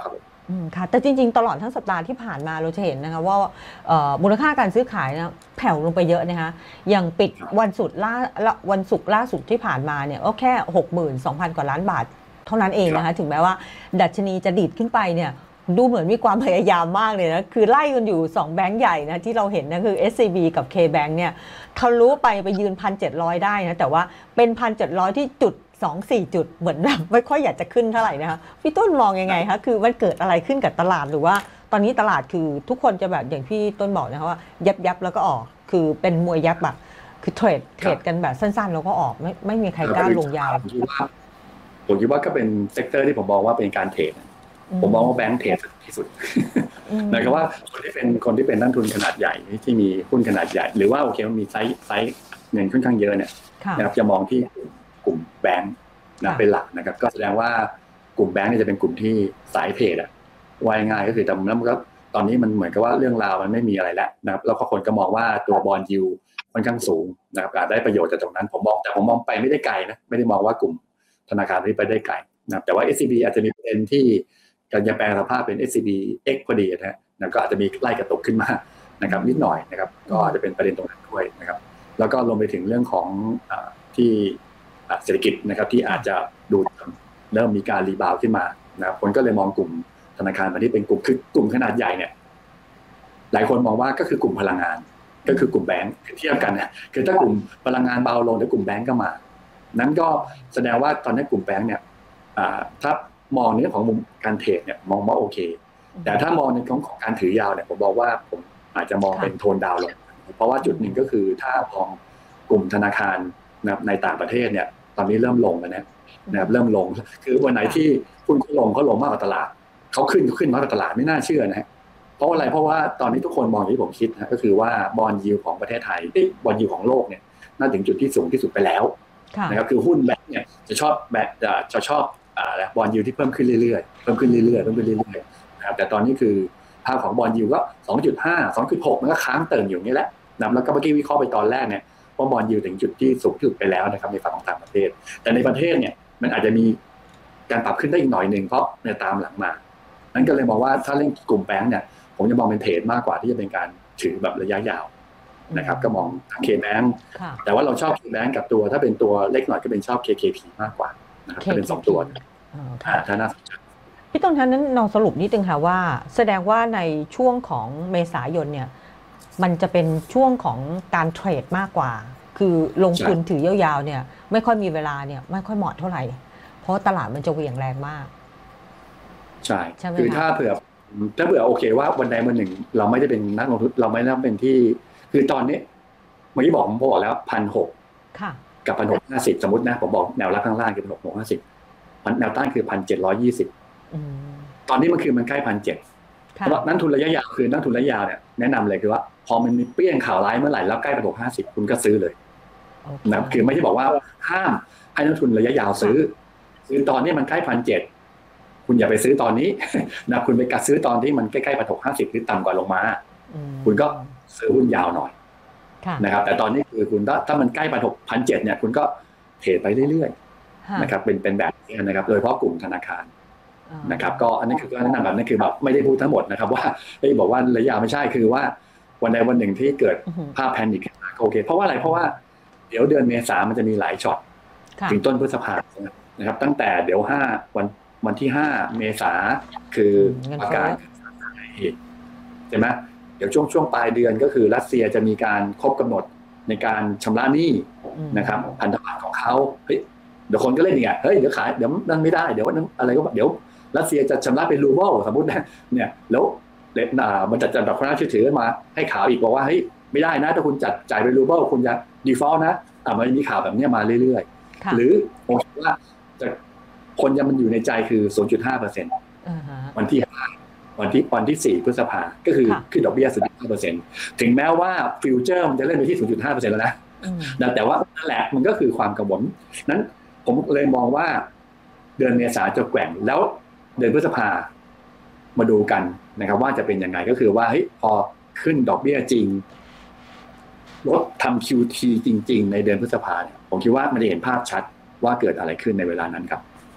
อืมค่ะแต่จริงๆตลอดทั้งสัปดาห์ที่ผ่านมาเราจะเห็นนะคะว่าเอ่อมูลค่าการซื้อขายนะแผ่วลงไปเยอะนะคะอย่างปิดวันศุกร์ล่าละวันศุกร์ล่าสุดที่ผ่านมาเนี่ยก็แค่ หกหมื่นสองพัน กว่าล้านบาทเท่านั้นเองนะคะถึงแม้ว่าดัชนีจะดีดขึ้นไปเนี่ยดูเหมือนมีความพยายามมากเลยนะคือไล่กันอยู่สองแบงก์ใหญ่นะที่เราเห็นนะคือ เอส ซี บี กับ K-Bank เนี่ยทะลุไปไปยืน หนึ่งพันเจ็ดร้อย ได้นะแต่ว่าเป็น หนึ่งพันเจ็ดร้อย ที่จุดสอง สี่ จุดเหมือนแบบไม่ค่อยอยากจะขึ้นเท่าไหร่นะคะพี่ต้นมองยังไงคะคือมันเกิดอะไรขึ้นกับตลาดหรือว่าตอนนี้ตลาดคือทุกคนจะแบบอย่างพี่ต้นบอกนะคะว่ายับยับแล้วก็ออกคือเป็นมวยยับแบบคือเทรดเทรดกันแบบสั้นๆแล้วก็ออกไม่ไม่มีใครกล้าลงยาวผมคิดว่าผมคิดว่าก็เป็นเซกเตอร์ที่ผมมองว่าเป็นการเทรดผมมองว่าแบงก์เทรดที่สุดหมายความว่าคนที่เป็นคนที่เป็นนักทุนขนาดใหญ่ที่มีหุ้นขนาดใหญ่หรือว่าโอเคมันมีไซส์ไซส์เงินค่อนข้างเยอะเนี่ยนะครับจะมองที่กลุ่มแบงก์นะเป็นหลักนะครับก็แสดงว่ากลุ่มแบงก์เนี่ยจะเป็นกลุ่มที่สายเทรดอะว่ายง่ายก็คือแต่แล้วมันก็ตอนนี้มันเหมือนกับว่าเรื่องราวมันไม่มีอะไรแล้วนะครับแล้วก็คนก็มองว่าตัวบอนด์ยิลด์ค่อนข้างสูงนะครับอาจได้ประโยชน์จากตรงนั้นผมมองแต่ผมมองไปไม่ได้ไกลนะไม่ได้มองว่ากลุ่มธนาคารที่ไปได้ไกลนะครับแต่ว่า เอส ซี บี อาจจะมีประเด็นที่การจะแปลสภาพเป็น เอส ซี บี X พอดีนะฮะก็อาจจะมีไล่กระตุกขึ้นมานะครับนิดหน่อยนะครับก็อาจจะเป็นประเด็นตรงนั้นด้วยนะครับแล้วก็รวมไปถึงเรื่องของที่เศรษฐกิจนะครับที่อาจจะดูเริ่มมีการรีบาวขึ้นมานะครับคนก็เลยมองกลุ่มธนาคารมาที่เป็นกลุ่มคือกลุ่มขนาดใหญ่เนี่ยหลายคนมองว่าก็คือกลุ่มพลังงานก็คือกลุ่มแบงก์เทียบกันเนี่ยคือถ้ากลุ่มพลังงานเบาลงเดี๋ยวกลุ่มแบงก์ก็มานั้นก็แสดงว่าตอนนี้กลุ่มแบงก์เนี่ยถ้ามองในเรื่องของมุมการเทรดเนี่ยมองว่าโอเคแต่ถ้ามองในของของการถือยาวเนี่ยผมบอกว่าผมอาจจะมองเป็นโทนดาวลงเพราะว่าจุดหนึ่งก็คือถ้ามองกลุ่มธนาคารนะครับในต่างประเทศเนี่ยตอนนี้เริ่มลงแล้วนะนะครับเริ่มลงคือวันไหนที่หุ้นเขาลงเขาลงมากกว่าตลาดเขาขึ้นเขาขึ้นมากกว่าตลาดไม่น่าเชื่อนะฮะเพราะอะไรเพราะว่าตอนนี้ทุกคนมองที่ผมคิดนะก็คือว่าบอนด์ยิลด์ของประเทศไทยบอนด์ยิลด์ของโลกเนี่ยน่าถึงจุดที่สูงที่สุดไปแล้วนะครับคือหุ้นแบงก์เนี่ยจะชอบแบงก์จะชอบบอนด์ยิลด์ที่เพิ่มขึ้นเรื่อยๆเพิ่มขึ้นเรื่อยๆเพิ่มขึ้นเรื่อยๆนะครับแต่ตอนนี้คือภาพของบอนด์ยิลด์ก็ สองจุดห้า สองจุดหก มันก็ค้างเติ่งอยู่นี่แหละนะแล้วก็เมื่อกี้วิเคราะห์ไปตอนแรกเนี่ยว่าบอนด์ยิลด์ถึงจุดที่สูงที่สุดไปแล้วนะครับในฝั่งของต่างประเทศแต่ในประเทศเนี่ยมันอาจจะมีการปรับขึ้นได้อีกหน่อยนึงเพราะในตามหลังมานั้นก็เลยมองว่าถ้าเล่นกลุ่มแบงก์เนี่ยผมจะมองเป็นเทรดมากกว่าที่จะเป็นการถือแบบระยะยาวนะครับก็มอง K-Bank แต่ว่าเราชอบ K-Bank กับตัวถ้าเป็นตัวเล็กหน่อยก็เป็นชอบ เค เค พี มากกว่านะครับถ้าเป็นสองตัวถ้าน่าสนใจพี่ต้นท่านนั้นลองสรุปนิดนึงค่ะว่าแสดงว่าในช่วงของเมษายนเนี่ยมันจะเป็นช่วงของการเทรดมากกว่าคือลงทุนถือยาวๆเนี่ยไม่ค่อยมีเวลาเนี่ยไม่ค่อยเหมาะเท่าไหร่เพราะตลาดมันจะเหวี่ยงแรงมากใช่คือถ้าเผื่อถ้าเผื่อโอเคว่าวันใดวันหนึ่งเราไม่ได้เป็นนักลงทุนเราไม่ได้เป็นที่คือตอนนี้เมื่อกี้บอกผมบอกแล้วพันหกกับพันหกห้าสิบสมมตินะผมบอกแนวรับข้างล่างคือพันหกหกห้าสิบแนวต้านคือพันเจ็ดร้อยยี่สิบตอนนี้มันคือมันใกล้พันเจ็ดเพราะนักทุนระยะยาวคือนักทุนระยะยาวเนี่ยแนะนำเลยคือว่าพอมันมีเปี้ยงข่าวร้ายเมื่อไหร่แล้วใกล้พันหกห้าสิบคุณก็ซื้อเลยนะคือไม่ใช่บอกว่าห้ามให้นักทุนระยะยาวซื้อซื้อตอนนี้มันใกล้พันเจ็ดคุณอย่าไปซื้อตอนนี้นะคุณไปกัดซื้อตอนที่มันใกล้ๆพันหกห้าสิบหรือต่ำกว่าลงมาคุณก็ซื้อหุ้นยาวหน่อยนะครับแต่ตอนนี้คือคุณถ้ามันใกล้พันหกพันเจ็ดเนี่ยคุณก็เทรดไปเรื่อยๆนะครับเป็นเป็นแบบนี้นะครับโดยเฉพาะกลุ่มธนาคารนะครับก็อันนี้คือการแนะนำแบบนี้คือแบบไม่ได้พูดทั้งหมดนะครับว่าไม่บอกว่าระยะไม่ใช่คือว่าวันใดวันหนึ่งที่เกิดภาพแพนิคโอเคเพราะว่าอะไรเพราะว่าเดี๋ยวเดือนเมษามันจะมีหลายช็อตถึงต้นพฤษภาคมนะครับตั้งแต่เดี๋ยวห้าวันวันที่ห้าเมษาคือประกาศใช่ไหมเดี๋ยวช่วงช่วงปลายเดือนก็คือรัสเซียจะมีการครบกำหนดในการชำระหนี้นะครับพันธบัตรของเขาเฮ้ยเดี๋ยวคนก็เล่นเนี่ยเฮ้ยเดี๋ยวขายเดี๋ยวนั่นไม่ได้เดี๋ยวนั่นอะไรก็เดี๋ยวรัสเซียจะชำระเป็นรูเบิลสมมตินะเนี่ยแล้วมันจัดจัดแบบความน่าเชื่อถือมาให้ข่าวอีกบอกว่าเฮ้ยไม่ได้นะถ้าคุณจัดจ่ายเป็นรูเบิลคุณจะ default นะอ่ะมันมีข่าวแบบนี้มาเรื่อยๆหรือผมคิดว่าจะคนยังมันอยู่ในใจคือ ศูนย์จุดห้าเปอร์เซ็นต์ วันที่ห้าวันที่วันที่สี่พฤษภาก็คือขึ้นดอกเบี้ย ศูนย์จุดห้าเปอร์เซ็นต์ ถึงแม้ว่าฟิวเจอร์มันจะเล่นไปที่ ศูนย์จุดห้าเปอร์เซ็นต์ แล้วนะแต่ว่านั่นแหละมันก็คือความกังวลนั้นผมเลยมองว่าเดือนเมษาจะแกว่งแล้วเดือนพฤษภามาดูกันนะครับว่าจะเป็นยังไงก็คือว่าเฮ้ยพอขึ้นดอกเบี้ยจริงลดทำ คิว ที จริงๆในเดือนพฤษภาเนี่ยผมคิดว่ามันจะเห็นภาพชัดว่าเกิดอะไรขึ้นในเวลานั้นครับ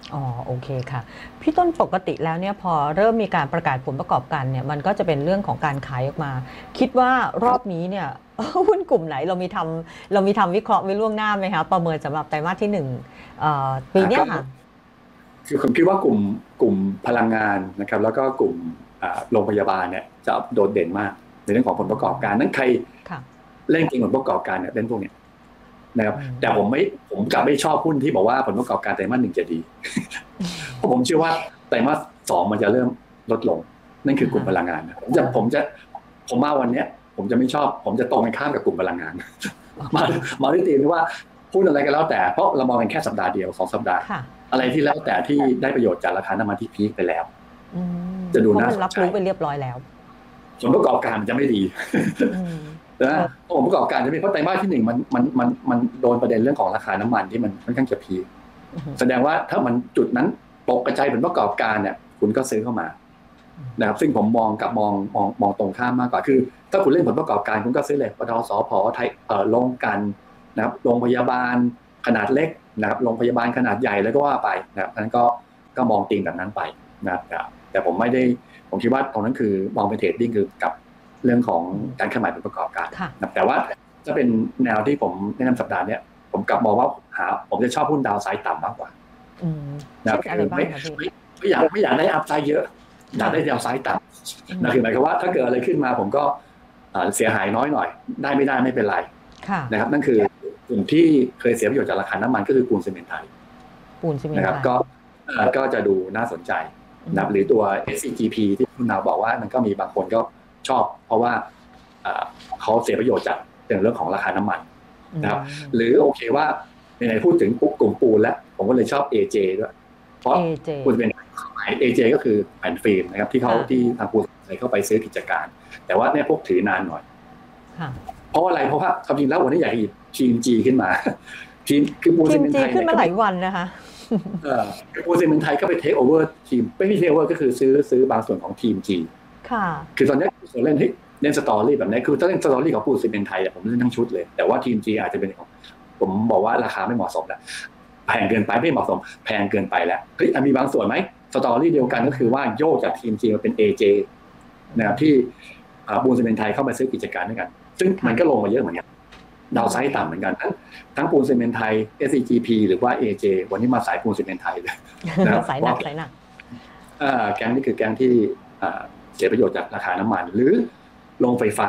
อ๋อโอเคค่ะพี่ต้นปกติแล้วเนี่ยพอเริ่มมีการประกาศผลประกอบการเนี่ยมันก็จะเป็นเรื่องของการขายออกมาคิดว่ารอบนี้เนี่ย หุ้นกลุ่มไหนเรามีทำเรามีทำวิเคราะห์ไว้ล่วงหน้าไหมคะประเมินสำหรับไตรมาสที่หนึ่งเอ่อปีเนี้ยค่ะคือผมคิดว่ากลุ่มกลุ่มพลังงานนะครับแล้วก็กลุ่มโรงพยาบาลเนี่ยจะโดดเด่นมากในเรื่องของผลประกอบการนั้นใครเล่นเก่งผลประกอบการเนี่ยเล่นพวกเนี้ยนะครับแต่ผมไม่ผมกลับไม่ชอบหุ้นที่บอกว่าผลประกอบการไตรมาสหนึ่งจะดีเพราะผมเชื่อว่าไตรมาสสองมันจะเริ่มลดลงนั่นคือกลุ่มพลังงานผมจะผมจะผมมาวันเนี้ยผมจะไม่ชอบผมจะตรงกันข้ามกับกลุ่มพลังงานมามาด้วยตีนว่าหุ้นอะไรก็แล้วแต่เพราะเรามองกันแค่สัปดาห์เดียวสองสัปดาห์อะไรที่แล้วแต่ที่ได้ประโยชน์จากราคาน้ำมันที่พีคไปแล้วจะดูน่าสนใจรับรู้ไปเรียบร้อยแล้วผลประกอบการมันจะไม่ดีนะผลประกอบการจะไม่เพราะไตรมาสที่หนึ่งมันมันมันมันโดนประเด็นเรื่องของราคาน้ำมันที่มันค่อนข้างจะพีคแสดงว่าถ้ามันจุดนั้นตกกระจายผลประกอบการเนี่ยคุณก็ซื้อเข้ามานะครับซึ่งผมมองกับมองมองมองตรงข้ามมากกว่าคือถ้าคุณเล่นผลประกอบการคุณก็ซื้อเลยปตท.สผ.ไทยเอ่อโรงกันนะครับโรงพยาบาลขนาดเล็กนะครับโรงพยาบาลขนาดใหญ่แล้วก็ว่าไปนะครับนั้นก็ก็มองตีมแบบนั้นไปนะครับแต่ผมไม่ได้ผมคิดว่าตรงนั้นคือมองเป็นเทรดดิ้งคือกับเรื่องของการขายผลประกอบการนะแต่ว่าจะเป็นแนวที่ผมแนะนำสัปดาห์นี้ผมกลับมองว่าหาผมจะชอบหุ้นดาวไซด์ต่ำมากกว่านะครับคือไม่ไม่อยากไม่อยากได้อัพไซด์เยอะอยากได้ดาวไซด์ต่ำนะคือหมายความว่าถ้าเกิดอะไรขึ้นมาผมก็เสียหายน้อยหน่อยได้ไม่ได้ไม่เป็นไรนะครับนั่นคือกลุ่มที่เคยเสียประโยชน์จากราคาน้ำมันก็คือปูนซีเมนต์ไทยปูนซีเมนต์นะครับก็ก็จะดูน่าสนใจนะหรือตัว เอส ซี จี พี ที่คุณนาวบอกว่ามันก็มีบางคนก็ชอบเพราะว่าเขาเสียประโยชน์จากเรื่องของราคาน้ำมันนะครับหรือโอเคว่าในพูดถึงกลุ่มปูนแล้วผมก็เลยชอบ เอ เจ ด้วยเพราะปูนเป็น เอ เจ ก็คือแผ่นฟิล์มนะครับที่เขาที่ทางปูนเข้าไปซื้อกิจการแต่ว่าเนี่ยพวกถือนานหน่อยเพราะอะไรเพราะว่าความจริงแล้ววันนี้อยากหยิบ ที เอ็ม จี ขึ้นมาทีมคือปูนซีเมนต์ไทยขึ้นมาหลายวันนะคะเออปูนซีเมนต์ไทยก็ไปเทคโอเวอร์ทีมไม่ใช่เทคโอเวอร์ก็คือซื้อซื้อบางส่วนของทีม G ค่ะคือตอนนี้ส่วนเล่นให้เล่นสตอรี่แบบนี้คือถ้าเล่นสตอรี่ของปูนซีเมนต์ไทยผมเล่นทั้งชุดเลยแต่ว่าทีม G อาจจะเป็นของผมบอกว่าราคาไม่เหมาะสมแล้วแพงเกินไปไม่เหมาะสมแพงเกินไปแล้วเฮ้ยมีบางส่วนไหมสตอรี่เดียวกันก็คือว่าโยกจากทีม G มาเป็น เอ เจ นะครับที่ปูนซีเมนต์ไทยเข้ามาซื้อกิจการด้วยกันซึ่งมันก็ลงมาเยอะเหมือนกันดาวไซด์ต่ำเหมือนกันทั้งปูนซีเมนต์ไทย เอส ซี จี พี หรือว่า เอ เจ วันนี้มาสายปูนซีเมนต์ไทยเลยนะครับสายหนักสายหนักแก๊งนี้คือแก๊งที่เสียประโยชน์จากราคาน้ำมันหรือโรงไฟฟ้า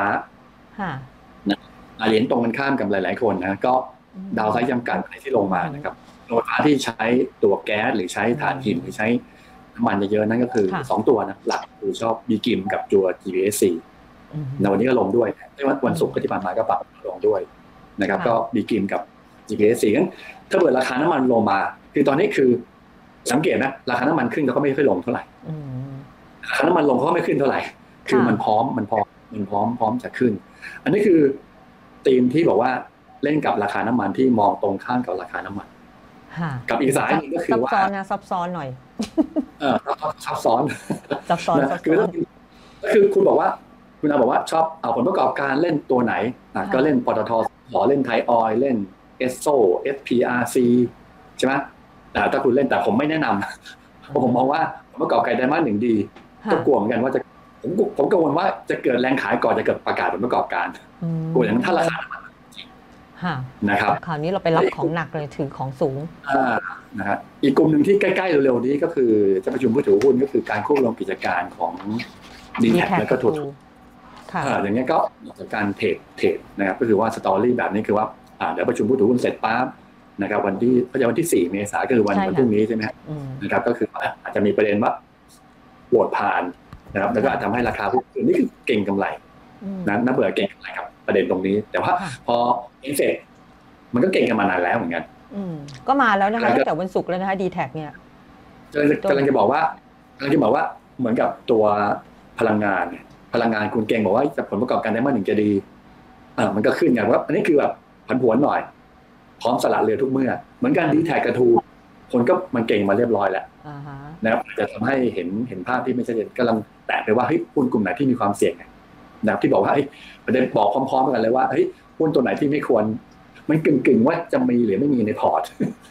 เหรียญตรงกันข้ามกับหลายๆคนนะก็ดาวไซด์จำกัดในที่ลงมานะครับโรงไฟฟ้าที่ใช้ตัวแก๊สหรือใช้ถ่านหินหรือใช้น้ำมันเยอะๆนั่นก็คือสองตัวนะหลักคือชอบบีกิมกับตัว จี พี เอส ซี ในวันนี้ก็ลงด้วยในวันศุกร์ที่ผ่านมาก็ปรับลงด้วยนะครับก็บีกิมกับ จี พี เอส ซี งั้นถ้าเกิดราคาน้ำมันลงมาคือตอนนี้คือสังเกตนะราคาน้ำมันขึ้นเขาก็ไม่ค่อยลงเท่าไหร่ราคาน้ำมันลงเขาก็ไม่ขึ้นเท่าไหร่คือมันพร้อมมันพร้อมมันพร้อมพร้อมจะขึ้นอันนี้คือธีมที่บอกว่าเล่นกับราคาน้ำมันที่มองตรงข้ามกับราคาน้ำมันกับอีกสายนึงก็คือว่าซับซ้อนนะซับซ้อนหน่อยเออซับซ้อนซับซ้อนคือคือคุณบอกว่าคุณอาบอกว่าชอบเอาผลประกอบการเล่นตัวไหนก็เล่นปตท.ขอเล่นไทยออยล์เล่นเอสโซ เอส พี อาร์ ซี ใช่ไหมแต่ถ้าคุณเล่นแต่ผมไม่แนะนำเพราะผมมองว่าผลประกอบการไตรมาสหนึ่งดีก็กลัวเหมือนกันว่าจะผมผมกังวลว่าจะเกิดแรงขายก่อนจะเกิดประกาศผลประกอบการกลัวอย่างนั้นถ้าราคานะครับคราวนี้เราไปรับของหนักเลยถือของสูงนะฮะอีกกลุ่มหนึ่งที่ใกล้ๆเร็วๆนี้ก็คือจะประชุมผู้ถือหุ้นก็คือการควบรวมกิจการของ ดี แท็ก แล้วก็ทูทูอย่างนี้ก็จากการเทรดเทรดนะครับก็คือว่าสตอรี่แบบนี้คือว่าเดี๋ยวประชุมผู้ถือหุ้นเสร็จปั๊บนะครับวันที่พฤหัสวันที่สี่เมษายนก็คือวันวันพรุ่งนี้ใช่ไหมนะครับก็คืออาจจะมีประเด็นว่าโหวตผ่านนะครับแล้วก็ทำให้ราคาหุ้นนี่คือเก่งกำไรนะน่าเบื่อเก่งกำไรครับประเด็นตรงนี้แต่ว่าพอเอ็นเสร็จมันก็เก่งกันมานานแล้วเหมือนกันก็มาแล้วนะคะตั้งแต่วันศุกร์แล้วนะคะ ดี แท็ก เนี่ยกำลังจะบอกว่ากำลังจะบอกว่าเหมือนกับตัวพลังงานเนี่ยพลังงานคุณเก่งบอกว่าผลประกอบการไตรมาสหนึ่งจะดีอ่ามันก็ขึ้นกันว่าอันนี้คือแบบผันผวนหน่อยพร้อมสละเรือทุกเมื่อเหมือนกัน ดี แท็ก กับ ทูคนก็มันเก่งมาเรียบร้อยแล้วนะครับจะทำให้เห็นเห็นภาพที่ไม่ชัดเจนกำลังแตะไปว่าเฮ้ยหุ้นกลุ่มไหนที่มีความเสี่ยงนะครับที่บอกว่าเฮ้ยประเด็นบอกพร้อมๆกันเลยว่าเฮ้ยหุ้นตัวไหนที่ไม่ควรมันกึ่งๆว่าจะมีหรือไม่มีในพอร์ต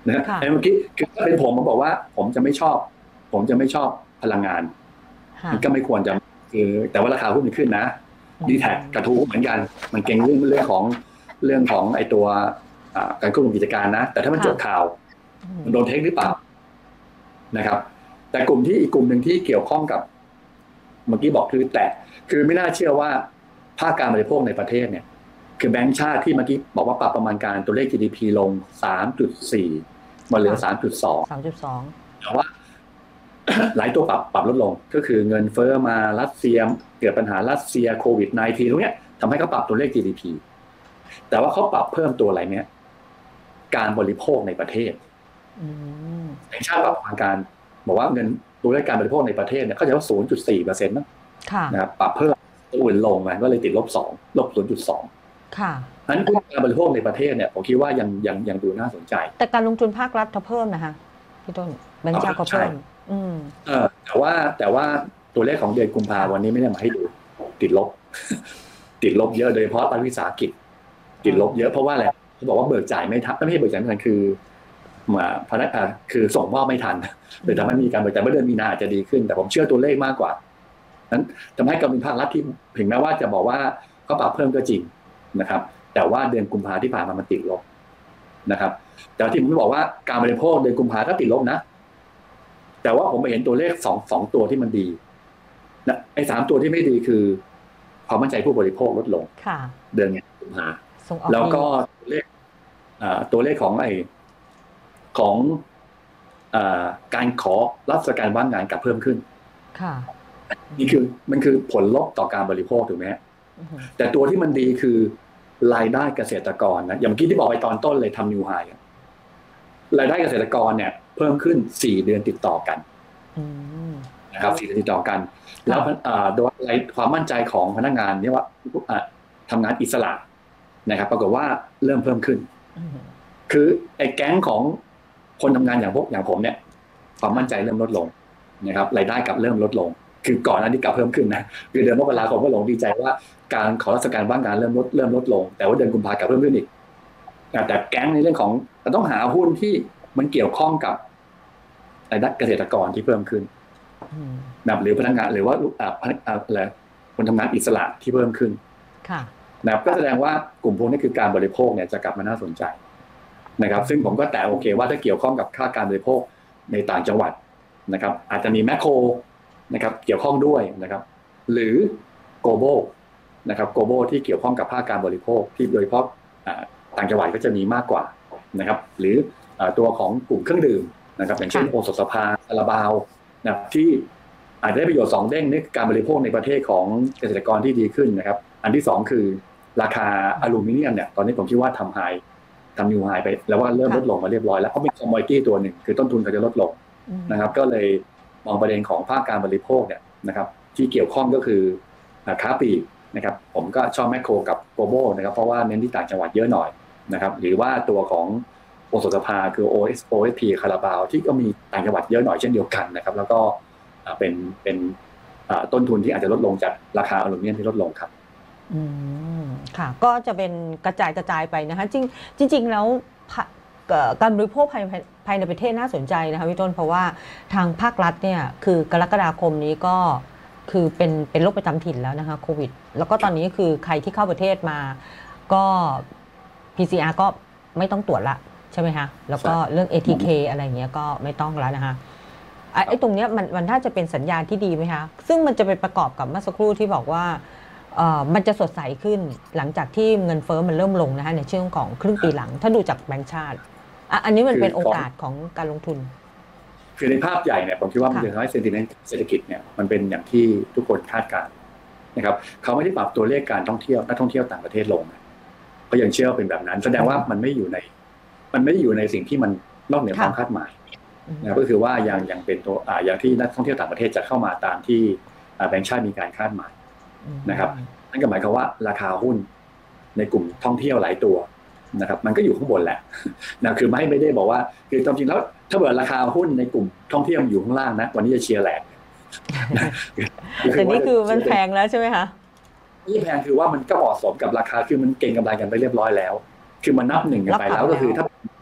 นะเมื่อกี้คือถ้าเป็นผมผมบอกว่าผมจะไม่ชอบผมจะไม่ชอบพลังงานมันก็ไม่ควรจะคือแต่ว่าราคาหุ้นมันขึ้นนะดีแท็กกระทู้เหมือนกันมันเก่งเรื่องเรื่องของเรื่องของไอตัวการควบคุมกิจการนะแต่ถ้ามันจบข่าวมันโดนเทคหรือเปล่านะครับแต่กลุ่มที่อีกกลุ่มหนึ่งที่เกี่ยวข้องกับเมื่อกี้บอกคือแต่คือไม่น่าเชื่อว่าภาคการบริโภคในประเทศเนี่ยคือแบงก์ชาติที่เมื่อกี้บอกว่าปรับประมาณการตัวเลข จี ดี พี ลง สามจุดสี่ มาเหลือ สามจุดสองสามจุดสองแต่ว่า หลายตัวปรับปรับลดลงก็คือเงินเฟ้อมารัสเซียเกิดปัญหารัสเซียโควิด สิบเก้า ตรงเนี้ยทำให้เขาปรับตัวเลข จี ดี พี แต่ว่าเขาปรับเพิ่มตัวอะไรเนี้ยการบริโภคในประเทศแบงก์ชาติปรับประมาณการบอกว่าเงินตัวเลขการบริโภคในประเทศเนี่ยเขาจะว่า ศูนย์จุดสี่ เปอร์เซ็นต์ นะนะครับปรับเพิ่มตัวอื่นลงมาก็เลยติดลบสองลบ ศูนย์จุดสอง ค่ะฉะนั้นการบริโภคในประเทศเนี่ยผมคิดว่ายังยังยังดูน่าสนใจแต่การลงทุนภาครัฐเขาเพิ่มนะคะพี่ต้นแบงก์ชาติก็เพิ่มอืมเออแต่ว่าแต่ว่าตัวเลขของเดือนกุมภาพันธ์วันนี้ไม่ได้มาให้ดูติดลบ ติดลบเยอะโดยเฉพาะรัฐวิสาหกิจติดลบเยอะเพราะว่าอะไรเขาบอกว่าเบิกจ่ายไม่ทันไม่ใช่เบิกจ่ายไม่ทันคือมาพนักงานคือส่งมอบไม่ทันเลยทำให้มีการเบิกจ่ายเมื่อเดือนมีนาอาจจะดีขึ้นแต่ผมเชื่อตัวเลขมากกว่านั้นทำให้การลงทุนภาครัฐที่ถึงแม้ว่าจะบอกว่าเขาปรับเพิ่มก็จริงนะครับแต่ว่าเดือนกุมภาพันธ์ที่ผ่านมามันติดลบนะครับแต่ที่ผมบอกว่าการบริโภคเดือนกุมภาพันธ์ก็ติดลบนะแต่ว่าผมเห็นตัวเลขสองสองตัวที่มันดีนะไอ้สามตัวที่ไม่ดีคือความมั่นใจผู้บริโภคลดลงเดือนกุมภาพันธ์แล้วก็ตัวเลขตัวเลขของไอ้ของการขอรับราชการว่างงานกลับเพิ่มขึ้นนี่คือมันคือผลลบต่อการบริโภคถูกไหมแต่ตัวที่มันดีคือรายได้เกษตรกรนะอย่างเมื่อกี้ที่บอกไปตอนต้นเลยทำนิวไฮรายได้เกษตรกรเนี่ยเพิ่มขึ้นสี่เดือนติดต่อกันนะครับสี่เดือนติดต่อกันแล้วโดยความมั่นใจของพนักงานเนี่ยว่าทำงานอิสระนะครับปรากฏว่าเริ่มเพิ่มขึ้นคือไอ้แก๊งของคนทำงานอย่างพวกอย่างผมเนี่ยความมั่นใจเริ่มลดลงนะครับรายได้กลับเริ่มลดลงคือก่อนหน้านี้กลับเพิ่มขึ้นนะคือเดือนมกราคมก็ลงดีใจว่าการขอราชการว่างงานเริ่มลดเริ่มลดลงแต่ว่าเดือนกุมภาพันธ์กลับเพิ่มขึ้นอีกแต่แก๊งในเรื่องของต้องหาหุ้นที่มันเกี่ยวข้องกับรายได้เกษตรกรที่เพิ่มขึ้นนะหรือพนักงานหรือว่าพนักอะไรคนทำงานอิสระที่เพิ่มขึ้นนะครับก็แสดงว่ากลุ่มพวกนี้คือการบริโภคเนี่ยจะกลับมาน่าสนใจนะครับซึ่งผมก็แต่โอเคว่าถ้าเกี่ยวข้องกับค่าการบริโภคในต่างจังหวัดนะครับอาจจะมีแมคโครนะครับเกี่ยวข้องด้วยนะครับหรือโกลบอลนะครับโกลบอลที่เกี่ยวข้องกับภาคการบริโภคที่โดยเฉพาะต่างจังหวัดก็จะมีมากกว่านะครับหรือตัวของกลุ่มเครื่องดื่มนะครับอย่างเช่นโอสถสภาคาราบาวนะที่อาจจะได้ประโยชน์สองเด้งในการบริโภคในประเทศของเกษตรกรที่ดีขึ้นนะครับอันที่สองคือราคาอลูมิเนียมเนี่ยตอนนี้ผมคิดว่าทำไฮทำนิวไฮไปแล้วว่าเริ่มลดลงมาเรียบร้อยแล้วเพราะเป็นคอมมอดิตี้ตัวหนึ่งคือต้นทุนก็จะลดลงนะครับก็เลยมองประเด็นของภาคการบริโภคเนี่ยนะครับที่เกี่ยวข้องก็คือค้าปลีกนะครับผมก็ชอบแมคโครกับโกลบอลนะครับเพราะว่าเน้นที่ต่างจังหวัดเยอะหน่อยนะครับหรือว่าตัวของโอสถสภาคือ โอ เอส โอ เอส พี คาราบาวที่ก็มีต่างจังหวัดเยอะหน่อยเช่นเดียวกันนะครับแล้วก็เป็นเป็นต้นทุนที่อาจจะลดลงจากราคาอลูมิเนียมที่ลดลงครับอืมค่ะก็จะเป็นกระจายกระจายไปนะคะจริงจริงๆแล้วการบริโภคภายภายในประเทศน่าสนใจนะคะพี่ต้นเพราะว่าทางภาครัฐเนี่ยคือกรกฎาคมนี้ก็คือเป็นเป็นโรคประจำถิ่นแล้วนะคะโควิดแล้วก็ตอนนี้คือใครที่เข้าประเทศมาก็ พี ซี อาร์ ก็ไม่ต้องตรวจละใช่ไหมคะแล้วก็เรื่อง เอ ที เค อะไรเงี้ยก็ไม่ต้องแล้วนะคะไอ้ตรงเนี้ยมันมันน่าจะเป็นสัญญาณที่ดีไหมคะซึ่งมันจะไปประกอบกับเมื่อสักครู่ที่บอกว่ามันจะสดใสขึ้นหลังจากที่เงินเฟ้อมันเริ่มลงนะคะในช่วงของครึ่งปีหลังถ้าดูจากแบงก์ชาติอันนี้มันเป็นโอกาสของการลงทุนคือในภาพใหญ่เนี่ยผมคิดว่ามันจะทำให้เซนติเมนต์เศรษฐกิจเนี่ยมันเป็นอย่างที่ทุกคนคาดการณ์นะครับเขาไม่ได้ปรับตัวเลขการท่องเที่ยวนักท่องเที่ยวต่างประเทศลงก็ยังเชื่อเป็นแบบนั้นแสดงว่ามันไม่อยู่ในมันไม่ได้อยู่ในสิ่งที่มันนอกเหนือความคาดหมายนะก็คือว่ายังยังเป็นตัวอย่างที่นักท่องเที่ยวต่างประเทศจะเข้ามาตามที่แบงก์ชาติมีการคาดหมายนะครับนั่นก็หมายความว่าราคาหุ้นในกลุ่มท่องเที่ยวหลายตัวนะครับมันก็อยู่ข้างบนแหละนะคือไม่ไม่ได้บอกว่าคือจริงๆแล้วถ้าเกิดราคาหุ้นในกลุ่มท่องเที่ยวอยู่ข้างล่างนะวันนี้จะเชียร์แหลกแต่นี่คือมันแพงแล้วใช่ไหมคะนี่แพงคือว่ามันก็เหมาะสมกับราคาคือมันเก็งกำไรกันไปเรียบร้อยแล้วคือมันนับหนึ่งกันไปแล้วก็คือถ้า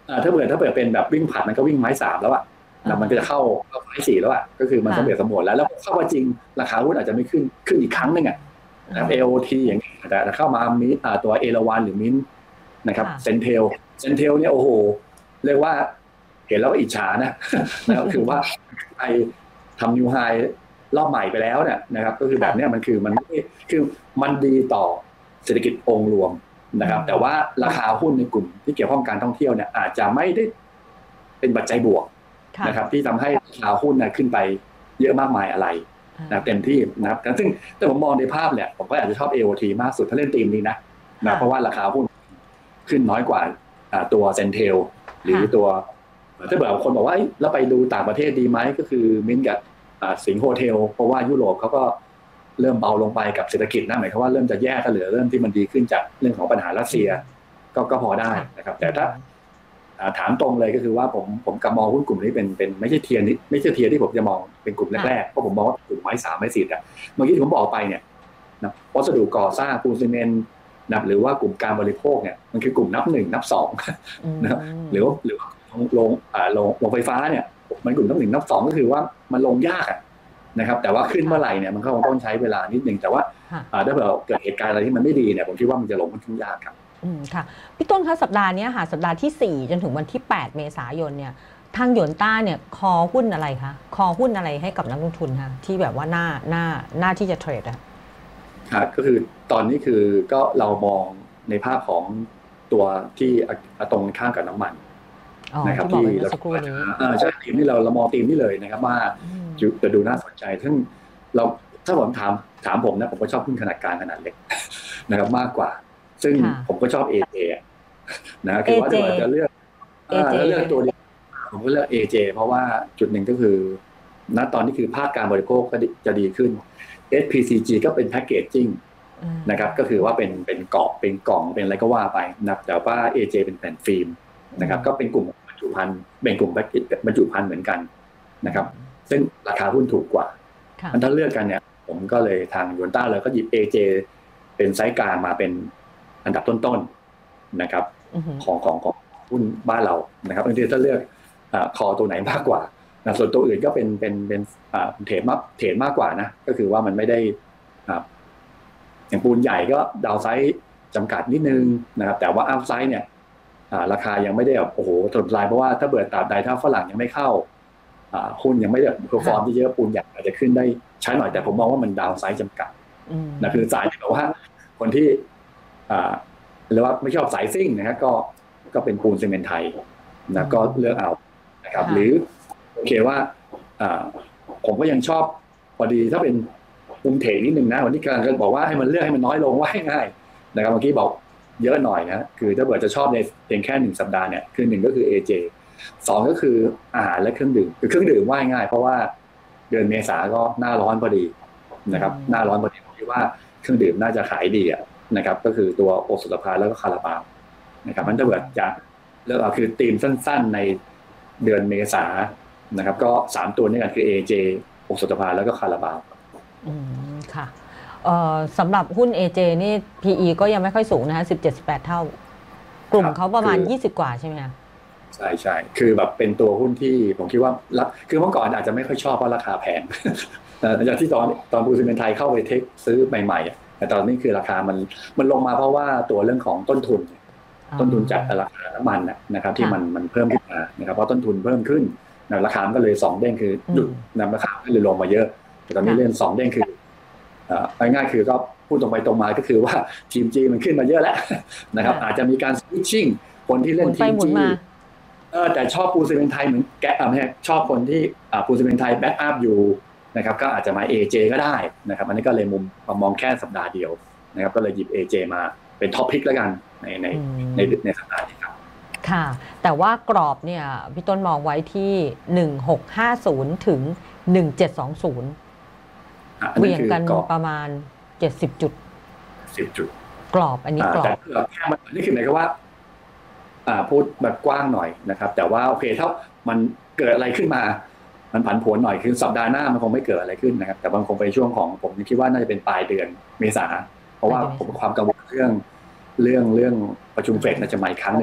อ่าถ้าเผื่อถ้าเผื่อเป็นแบบวิ่งผัดมันก็วิ่งไม้สามแล้วอะนะมันก็จะเข้าเข้าไม้สี่แล้วอะก็คือมันสำเร็จสมบูรณ์แล้วแล้วเข้ามาจริงราคาหุ้นอาจจะไม่ขึ้นขึ้นอีกครั้งหนึ่งอะนะครับ เอ โอ ที อย่างเงี้ยแต่เข้ามามีอ่าตัวเอราวัณหรือมิ้นนะครับเซนเทลเซนเทลเนี่ยโอ้โหเรียกว่าเห็นแล้วก็อิจฉานะนะครับคือว่าไอทำนิวไฮรอบใหม่ไปแล้วเนี่ยนะครับก็คือแบบนี้มันคือมันไม่คือมันดีต่อเศรษฐกิจองค์รวมนะครับแต่ว่าราคาหุ้นในกลุ่มที่เกี่ยวข้องการท่องเที่ยวเนี่ยอาจจะไม่ได้เป็นปัจจัยบวกนะครับที่ทำให้ราคาหุ้นขึ้นไปเยอะมากมายอะไรนะเต็มที่นะครับซึ่งแต่ผมมองในภาพเนี่ยผมก็อาจจะชอบ เอ โอ ที มากสุดถ้าเล่นธีมนี้นะนะเพราะว่าราคาหุ้นขึ้นน้อยกว่าตัวเซนเทลหรือตัวถ้าเกิดบางคนบอกว่าแล้วไปดูต่างประเทศดีไหมก็คือมินกับสิงห์โฮเทลเพราะว่ายุโรปเขาก็เริ่มเบาลงไปกับเศรษฐกิจนะหมายความว่าเริ่มจะแย่ก็เหลือเริ่มที่มันดีขึ้นจากเรื่องของปัญหารัสเซียก็ก็พอได้นะครับแต่ถ้าถามตรงเลยก็คือว่าผมผมกำมองหุ้นกลุ่มนี้เป็นเป็นไม่ใช่เทียร์นี้ไม่ใช่เทียร์ที่ผมจะมองเป็นกลุ่มแรกๆเพราะผมมองว่ากลุ่มไม้สามไม้สี่อะเมื่อกี้ที่ผมบอกไปเนี่ยนะวัสดุก่อสร้างปูนซีเมนต์นะหรือว่ากลุ่มการบริโภคเนี่ยมันคือกลุ่มนับหนึ่งนับสองนะครับหรือว่าหรือว่าลงอ่าลงลงไฟฟ้าเนี่ยมันกลุ่มนับหนึ่งนับสองก็คือว่ามันลงยากนะครับแต่ว่าขึ้นเมื่อไหร่เนี่ยมันก็ต้องใช้เวลานิดนึงแต่ว่าถ้าเกิดเหตุการณ์อะไรที่มันไม่ดีเนี่ยผมคิดว่ามันจะลงมันขึ้นยากครับอืมค่ะพี่ต้นคะสัปดาห์นี้ค่ะสัปดาห์ที่สี่จนถึงวันที่แปดเมษายนเนี่ยทางหยวนต้าเนี่ยคอหุ้นอะไรคะคอหุ้นอะไรให้กับนักลงทุนคะที่แบบว่าหน้าหน้าหน้าที่จะเทรดอะครับก็คือตอนนี้คือก็เรามองในภาพของตัวที่ตรงข้ามกับน้ำมันนะครับที่เราสักครู่นี้ใช่ทีมที่เราเรามองทีมนี้เลยนะครับว่าจะดูน่าสนใจซึ่งเราถ้าผมถามถามผมนะผมก็ชอบหุ้นขนาดกลางขนาดเล็กนะครับมากกว่าซึ่งผมก็ชอบ เอ เจ นะคือว่าจะเลือกถ้าเลือกตัวนี้ผมก็เลือก เอ เจ เพราะว่าจุดหนึ่งก็คือณตอนนี้คือภาคการบริโภคก็จะดีขึ้น เอส พี ซี จี ก็เป็นแพคเกจจิ้งนะครับก็คือว่าเป็นเป็นกรอบเป็นกล่องเป็นอะไรก็ว่าไปนะแต่ว่า เอ เจ เป็นแผ่นฟิล์มนะครับก็เป็นกลุ่มบรรจุภัณฑ์เป็นกลุ่มบรรจุภัณฑ์เหมือนกันนะครับซึ่งราคาหุ้นถูกกว่าถ้าเลือกกันเนี่ยผมก็เลยทางยูนต้าเลยก็หยิบ เอ เจ เป็นไซส์กลางมาเป็นอันดับต้นๆนะครับของของของหุ้นบ้านเรานะครับบางทีถ้าเลือกคอตัวไหนมากกว่านะส่วนตัวอื่นก็เป็นเป็นเป็นเทรดมากเทรดมากกว่านะก็คือว่ามันไม่ได้อย่างปูนใหญ่ก็ดาวไซด์จำกัดนิดนึงนะครับแต่ว่าอัพไซด์เนี่ยราคายังไม่ได้แบบโอ้โหถล่มทลายเพราะว่าถ้าเบิดตราบใดถ้าฝรั่งยังไม่เข้าหุ้นยังไม่ได้เพอร์ฟอร์มที่เยอะปูนใหญ่อาจจะขึ้นได้ช้าหน่อยแต่ผมมองว่ามันดาวไซด์จำกัดนะคือสายที่แบบว่าคนที่หรือว่าไม่ชอบสายซิ่งนะครับก็ก็เป็นปูนซีเมนต์ไทยนะก็เลือกเอานะครับหรือโอเคว่าผมก็ยังชอบพอดีถ้าเป็นมุมเทนิดนึงนะวันนี้กำลังจะบอกว่าให้มันเลือกให้มันน้อยลงว่าให้ง่ายนะครับเมื่อกี้บอกเยอะหน่อยนะคือถ้าเกิดจะชอบในเพียงแค่หนึ่งสัปดาห์เนี่ยคือหนึ่งก็คือ เอ เจ สองก็คืออาหารและเครื่องดื่มคือเครื่องดื่มว่าง่ายเพราะว่าเดือนเมษาก็หน้าร้อนพอดีนะครับหน้าร้อนพอดีผมคิดว่าเครื่องดื่มน่าจะขายดีนะครับก็คือตัวโอสุตภัณฑ์แล้วก็คาราบาวนะครับมันถ้าเกิดจะเลือกเอาคือธีมสั้นๆในเดือนเมษานะครับก็สามตัวนี้กันคือ เอ เจ โอสุตภัณฑ์แล้วก็คาราบาวอืมค่ะเอ่อสำหรับหุ้น เอ เจ นี่ พี อี ก็ยังไม่ค่อยสูงนะคะสิบเจ็ด สิบแปดเท่ากลุ่มเขาประมาณยี่สิบกว่าใช่ไหมคะใช่ใช่คือแบบเป็นตัวหุ้นที่ผมคิดว่าคือเมื่อก่อนอาจจะไม่ค่อยชอบเพราะราคาแพงแต่จากที่ตอนตอนปูซีเมนต์ไทยเข้าไปเทคซื้อใหม่ๆแต่ตอนนี้คือราคามันมันลงมาเพราะว่าตัวเรื่องของต้นทุนต้นทุนจากราคาน้ำมันนะครับที่มันมันเพิ่มขึ้นมานะครับเพราะต้นทุนเพิ่มขึ้นราคาก็เลยสองเด้งคือหยุดนำราคาก็เลยลงมาเยอะแต่ตอนนี้เล่นสองเด้งคือง่ายๆคือก็พูดตรงไปตรงมาก็คือว่าทีมจีมันขึ้นมาเยอะแล้วนะครับอาจจะมีการสวิตชิ่งคนที่เล่นทีมจีเออแต่ชอบปูซีเมนต์ไทยเหมือนแกอ่าไม่ใช่ชอบคนที่ปูซีเมนต์ไทยแบ็กอัพอยู่นะครับก็อาจจะมา เอ เจ ก็ได้นะครับอันนี้ก็เลยมุมมองแค่สัปดาห์เดียวนะครับก็เลยหยิบ เอ เจ มาเป็นท็อปพิกแล้วกันในในในในสัปดาห์นี้ครับค่ะแต่ว่ากรอบเนี่ยพี่ต้นมองไว้ที่หนึ่งหกห้าศูนย์ถึงหนึ่งเจ็ดสองศูนย์เหวี่ยงกันประมาณเจ็ดสิบจุดสิบจุดกรอบอันนี้กรอบแต่แค่มันนี่คือหมายความว่าพูดแบบกว้างหน่อยนะครับแต่ว่าโอเคถ้ามันเกิดอะไรขึ้นมามันผันผวนหน่อยคือสัปดาห์หน้ามันคงไม่เกิดอะไรขึ้นนะครับแต่บางคงไปช่วงของผมคิดว่าน่าจะเป็นปลายเดือนเมษาเพราะว่าผมความกังวลเรื่องเรื่องเรื่องประชุมเฟดน่าจะมาอีกครั้งหนึ่ง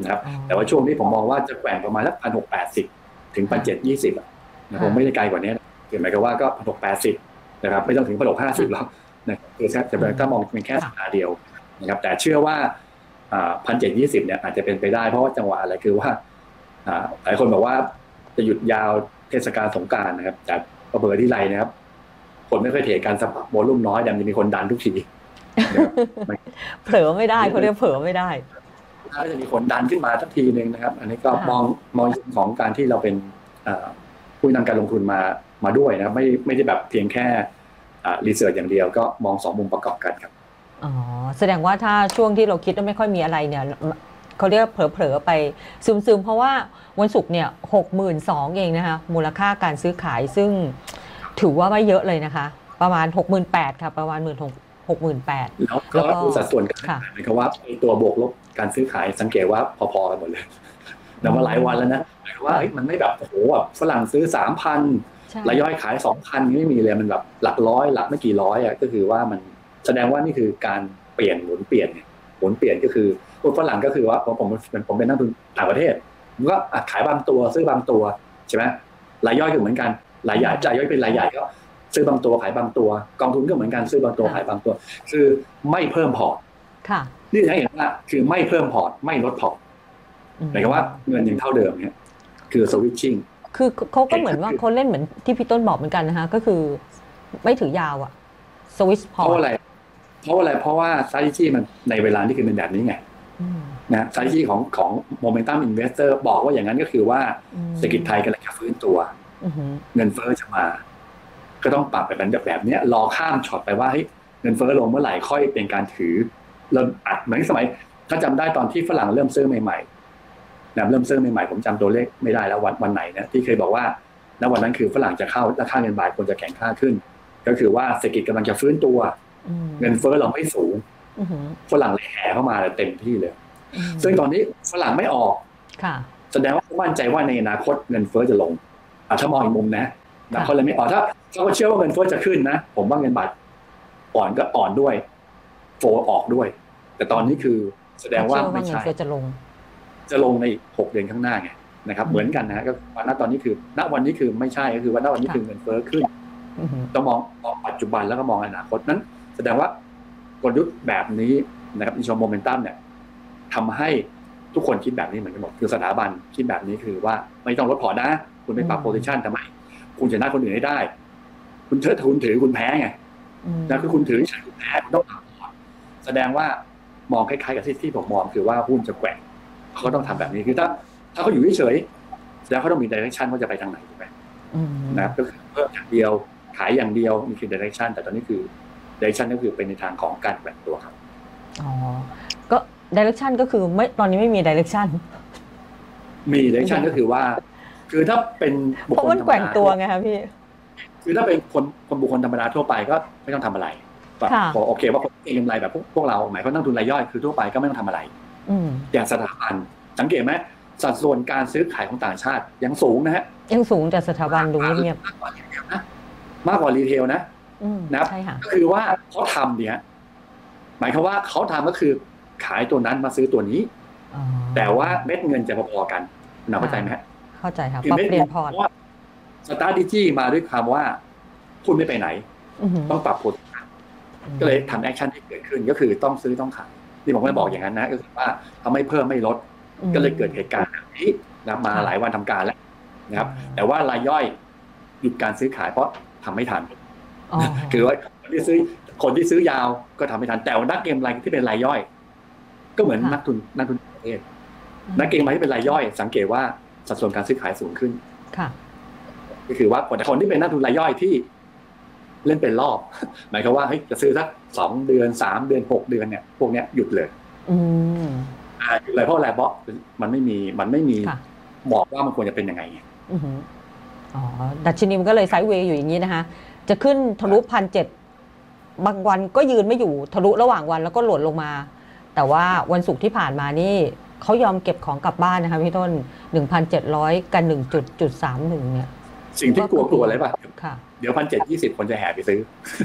นะครับแต่ว่าช่วงนี้ผมมองว่าจะแกว่งประมาณสักพันหกแปดสิบถึงพันเจ็ดยี่สิบนะผมไม่ได้ไกลกว่านี้คือหมายความว่าก็พันหกแปดสิบนะครับไม่ต้องถึงพันหกห้าสิบแล้วนะคือแค่จะเป็นถ้ามองเป็นแค่สัปดาห์เดียวนะครับแต่เชื่อว่าพันเจ็ดยี่สิบเนี่ยอาจจะเป็นไปได้เพราะว่าจังหวะอะไรคือว่าหลายคนบอกว่าจะหยุดยาวเทศกาลสงกรานต์นะครับจากประเบอร์ที่ไรนะครับคนไม่ค่อยเทการสปับโวลุ่มน้อยแต่จะมีคนดันทุกทีเผลอไม่ได้เขาเรียกเผลอไม่ได้ถ้าจะมีคนดันขึ้นมาทักทีนึงนะครับอันนี้ก็มองมองของการที่เราเป็นผู้นำการลงทุนมามาด้วยนะครับไม่ไม่ได้แบบเพียงแค่รีเสิร์ชอย่างเดียวก็มองสองมุมประกอบกันครับอ๋อแสดงว่าถ้าช่วงที่เราคิดว่าไม่ค่อยมีอะไรเนี่ยเขาเรียกเผลอๆไปซึมๆเพราะว่าวันศุกร์เนี่ยหกหมื่นสองเองนะคะมูลค่าการซื้อขายซึ่งถือว่าไม่เยอะเลยนะคะประมาณหกหมื่นแปดค่ะประมาณหมื่นหกหกหมื่นแปดแล้วก็ดูสัดส่วนกันหมายความว่าตัวบวกลบการซื้อขายสังเกตว่าพอๆกันหมดเลยแต่ว่าหลายวันแล้วนะหมายความว่ามันไม่แบบโอ้โหแบบฝรั่งซื้อสามพันรายย่อยขายสองพันไม่มีเลยมันแบบหลักร้อยหลักไม่กี่ร้อยอ่ะก็คือว่ามันแสดงว่านี่คือการเปลี่ยนหมุนเปลี่ยนเนี่ยหมุนเปลี่ยนก็คือพวกฝรั่งก็คือว่าผมผมเป็นผมเป็นนักลงทุนต่างประเทศผมก็ขายบางตัวซื้อบางตัวใช่ไหมรายย่อยก็เหมือนกันรายใหญ่รายย่อยเป็นรายใหญ่ก็ซื้อบางตัวขายบางตัวกองทุนก็เหมือนกันซื้อบางตัวขายบางตัวคือไม่เพิ่มพอร์ตนี่จะเห็นว่าคือไม่เพิ่มพอร์ตไม่ลดพอร์ตหมายความว่าเงินยังเท่าเดิมเนี่ยคือสวิตชิ่งคือเขาก็เหมือนว่าเขาเล่นเหมือนที่พี่ต้นบอกเหมือนกันนะคะก็คือไม่ถือยาวอะสวิตช์พอร์ตเพราะอะไรเพราะอะไรเพราะว่า strategy มันในเวลาที่คือเป็นแบบนี้ไงนะ strategy ของของ momentum investor บอกว่าอย่างนั้นก็คือว่าเศรษฐกิจไทยกำลังจะฟื้นตัวเงินเฟ้อจะมาก็ต้องปรับไปเป็นแบบแบบนี้รอข้ามช็อตไปว่าเฮ้ยเงินเฟ้อลงเมื่อไหร่ค่อยเป็นการถือเริ่มอัดเหมือนสมัยถ้าจำได้ตอนที่ฝรั่งเริ่มซื้อใหม่ๆนะเริ่มซื้อใหม่ๆผมจำตัวเลขไม่ได้แล้ววันวันไหนนะที่เคยบอกว่าณวันนั้นคือฝรั่งจะเข้าและค่าเงินบาทควรจะแข็งค่าขึ้นก็คือว่าเศรษฐกิจกำลังจะฟื้นตัวเงินเฟ้อเราไม่สูงฝรั่งเลยแห่เข้ามาเต็มที่เลยซึ่งตอนนี้ฝรั่งไม่ออกแสดงว่าเขามั่นใจว่าในอนาคตเงินเฟ้อจะลงถ้ามองอีกมุมนะนะเขาเลยไม่ออกถ้าเขาเชื่อว่าเงินเฟ้อจะขึ้นนะผมว่าเงินบาทอ่อนก็อ่อนด้วยโฟออกด้วยแต่ตอนนี้คือแสดงว่าไม่ใช่จะลงจะลงในหกเดือนข้างหน้าไงนะครับเหมือนกันนะก็ณตอนนี้คือณวันนี้คือไม่ใช่ก็คือว่าณวันนี้คือเงินเฟ้อขึ้นต้องมองมองปัจจุบันแล้วก็มองอนาคตนั้นแสดงว่ากลยุทธ์แบบนี้นะครับอินชอโมเมนตัมเนี่ยทำให้ทุกคนคิดแบบนี้เหมือนกันหมดคือสถาบันคิดแบบนี้คือว่าไม่ต้องลดพอร์ตนะคุณไปปรับโพซิชันทำไมคุณจะได้คนอื่นให้ได้คุณเชิดทุนถือคุณแพ้ไงนะคือคุณถือเฉยคุณแพ้คุณต้องปรับพอร์ตแสดงว่ามองคล้ายๆกับที่ที่ผมมองคือว่าหุ้นจะแกว่งเขาต้องทำแบบนี้คือถ้าถ้าเขาอยู่เฉยๆแล้วเขาต้องมีดิเรกชันว่าจะไปทางไหนถูกไหมนะก็คือเพิ่มอย่างเดียวขายอย่างเดียวนี่คือ direction แต่ตอนนี้คือ direction ก็คือเป็นในทางของการแบ่งตัวครับอ๋อก็ direction ก็คือไม่ตอนนี้ไม่มี direction มี direction ก็คือว่าคือถ้าเป็นบุคคลธรรมดาเพราะมันแกว่งตัวไงครับพี่คือถ้าเป็นคนคนบุคคลธรรมดาทั่วไปก็ไม่ต้องทำอะไรพอโอเคว่าคนเก็งกำไรแบบพวกพวกเราหมายความนักทุนรายย่อยคือทั่วไปก็ไม่ต้องทำอะไรอย่างสถาบันสังเกตไหมสัดส่วนการซื้อขายของต่างชาติยังสูงนะฮะยังสูงแต่สถาบันดูเงียบมากกว่ารีเทลนะนะครับก็คือว่าเขาทำเนี่ยหมายความว่าเขาทำก็คือขายตัวนั้นมาซื้อตัวนี้แต่ว่าเม็ดเงินจะพอๆกันนะเข้าใจไหมเข้าใจครับปรับเปลี่ยนพอร์ตสตาร์ทดิจี้มาด้วยคำว่าคุณไม่ไปไหนต้องปรับโพซิชั่นก็เลยทำแอคชั่นที่เกิดขึ้นก็คือต้องซื้อต้องขายที่ผมไม่บอกอย่างนั้นนะก็คือว่าทำไม่เพิ่มไม่ลดก็เลยเกิดเหตุการณ์แบบนี้นะมาหลายวันทำการแล้วนะครับแต่ว่ารายย่อยหยุดการซื้อขายเพราะทำไม่ทันคือว่าคนที่ซื้อคนที่ซื้อยาวก็ทำไม่ทันแต่นักเก็งกำไรที่เป็นรายย่อยก็เหมือนนักทุนนักทุนประเทศนักเก็งกำไรที่เป็นรายย่อยสังเกตว่าสัดส่วนการซื้อขายสูงขึ้นก็คือว่าแต่คนที่เป็นนักทุนรายย่อยที่เล่นเป็นรอบหมายความว่าเฮ้ยจะซื้อสักสองเดือนสามเดือนหกเดือนเนี่ยพวกเนี้ยหยุดเลยหยุดเลยเพราะอะไรเพราะมันไม่มีมันไม่มีบอกว่ามันควรจะเป็นยังไงอ๋อดัชนีมันก็เลยไซด์เวย์อยู่อย่างนี้นะคะจะขึ้นทะลุพันเจ็ดบางวันก็ยืนไม่อยู่ทะลุระหว่างวันแล้วก็หล่นลงมาแต่ว่าวันศุกร์ที่ผ่านมานี่เขายอมเก็บของกลับบ้านนะคะพี่ต้น หนึ่งพันเจ็ดร้อย กัน หนึ่งจุดสามหนึ่ง เนี่ยสิ่งที่กลัวกลัวอะไรป่ะเดี๋ยว หนึ่งพันเจ็ดร้อยยี่สิบ คนจะแห่ไปซื้อ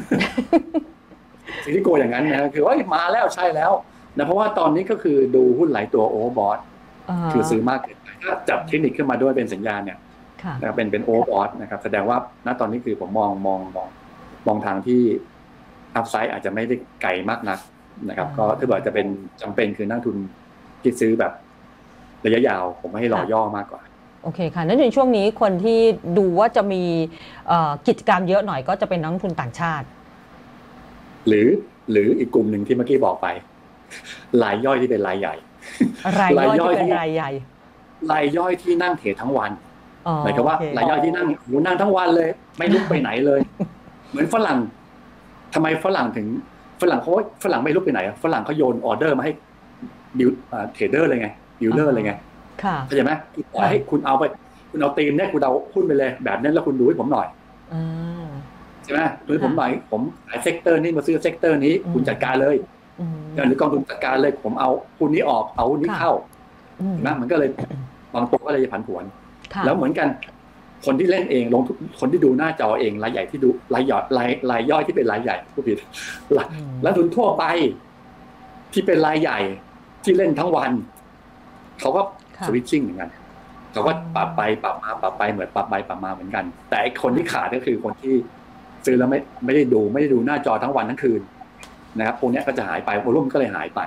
สิ่งที่กลัวอย่างนั้นนะคือว่ามาแล้วใช่แล้วนะเพราะว่าตอนนี้ก็คือดูหุ้นหลายตัวโอเวอร์บอทคือซื้อมากเกินไปถ้าจับเทคนิคขึ้นมาด้วยเป็นสัญญาณเนี่ยนะครับเป็นเป็นโอเวอร์บอทนะครับแสดงว่าณตอนนี้คือผมมองมองมองมองทางที่อัพไซด์อาจจะไม่ได้ไกลมากนักนะครับก็ถ้าเกิดจะเป็นจำเป็นคือนักทุนที่ซื้อแบบระยะยาวผมไม่ให้รอย่อมากกว่าโอเคค่ะนั่นในช่วงนี้คนที่ดูว่าจะมีกิจกรรมเยอะหน่อยก็จะเป็นนักลงทุนต่างชาติหรือหรืออีกกลุ่มหนึ่งที่เมื่อกี้บอกไปรายย่อยที่เป็นรายใหญ่รายย่อยที่เป็นรายใหญ่รายย่อยที่นั่งเทรดทั้งวันหมายความว่ารายย่อยที่นั่งหูนั่งทั้งวันเลยไม่ลุกไปไหนเลยเหมือนฝรั่งทำไมฝรั่งถึงฝรั่งเขาฝรั่งไม่ลุกไปไหนฝรั่งเขาโยนออเดอร์มาให้ดิวเทรดเดอร์เลยไงดิวเลอร์เลยไงเข้าใจไหมปล่อยให้คุณเอาไปคุณเอาตีมเนี่ยคุณเอาหุ้นไปเลยแบบนั้นแล้วคุณดูให้ผมหน่อยใช่ไหมดูให้ผมหน่อยผมขายเซกเตอร์นี้มาซื้อเซกเตอร์นี้คุณจัดการเลยหรือกองทุนจัดการเลยผมเอาหุ้นนี้ออกเอาหุ้นนี้เข้านะมันก็เลยบางตัวก็เลยผันผวนแล้วเหมือนกันคนที่เล่นเองลงทุนคนที่ดูหน้าจอเองรายใหญ่ที่ดูรายย่อยรายรายย่อยที่เป็นรายใหญ่ผู้ผิดแล้วทุนทั่วไปที่เป็นรายใหญ่ที่เล่นทั้งวันเขาก็สวิตชิ่งเหมือนกันเขาก็ปรับไปปรับมาปรับไปเหมือนปรับไปปรับมาเหมือนกันแต่คนที่ขาดก็คือคนที่ซื้อแล้วไม่ไม่ได้ดูไม่ได้ดูหน้าจอทั้งวันทั้งคืนนะครับพวกนี้ก็จะหายไปโวลุ่มก็เลยหายไป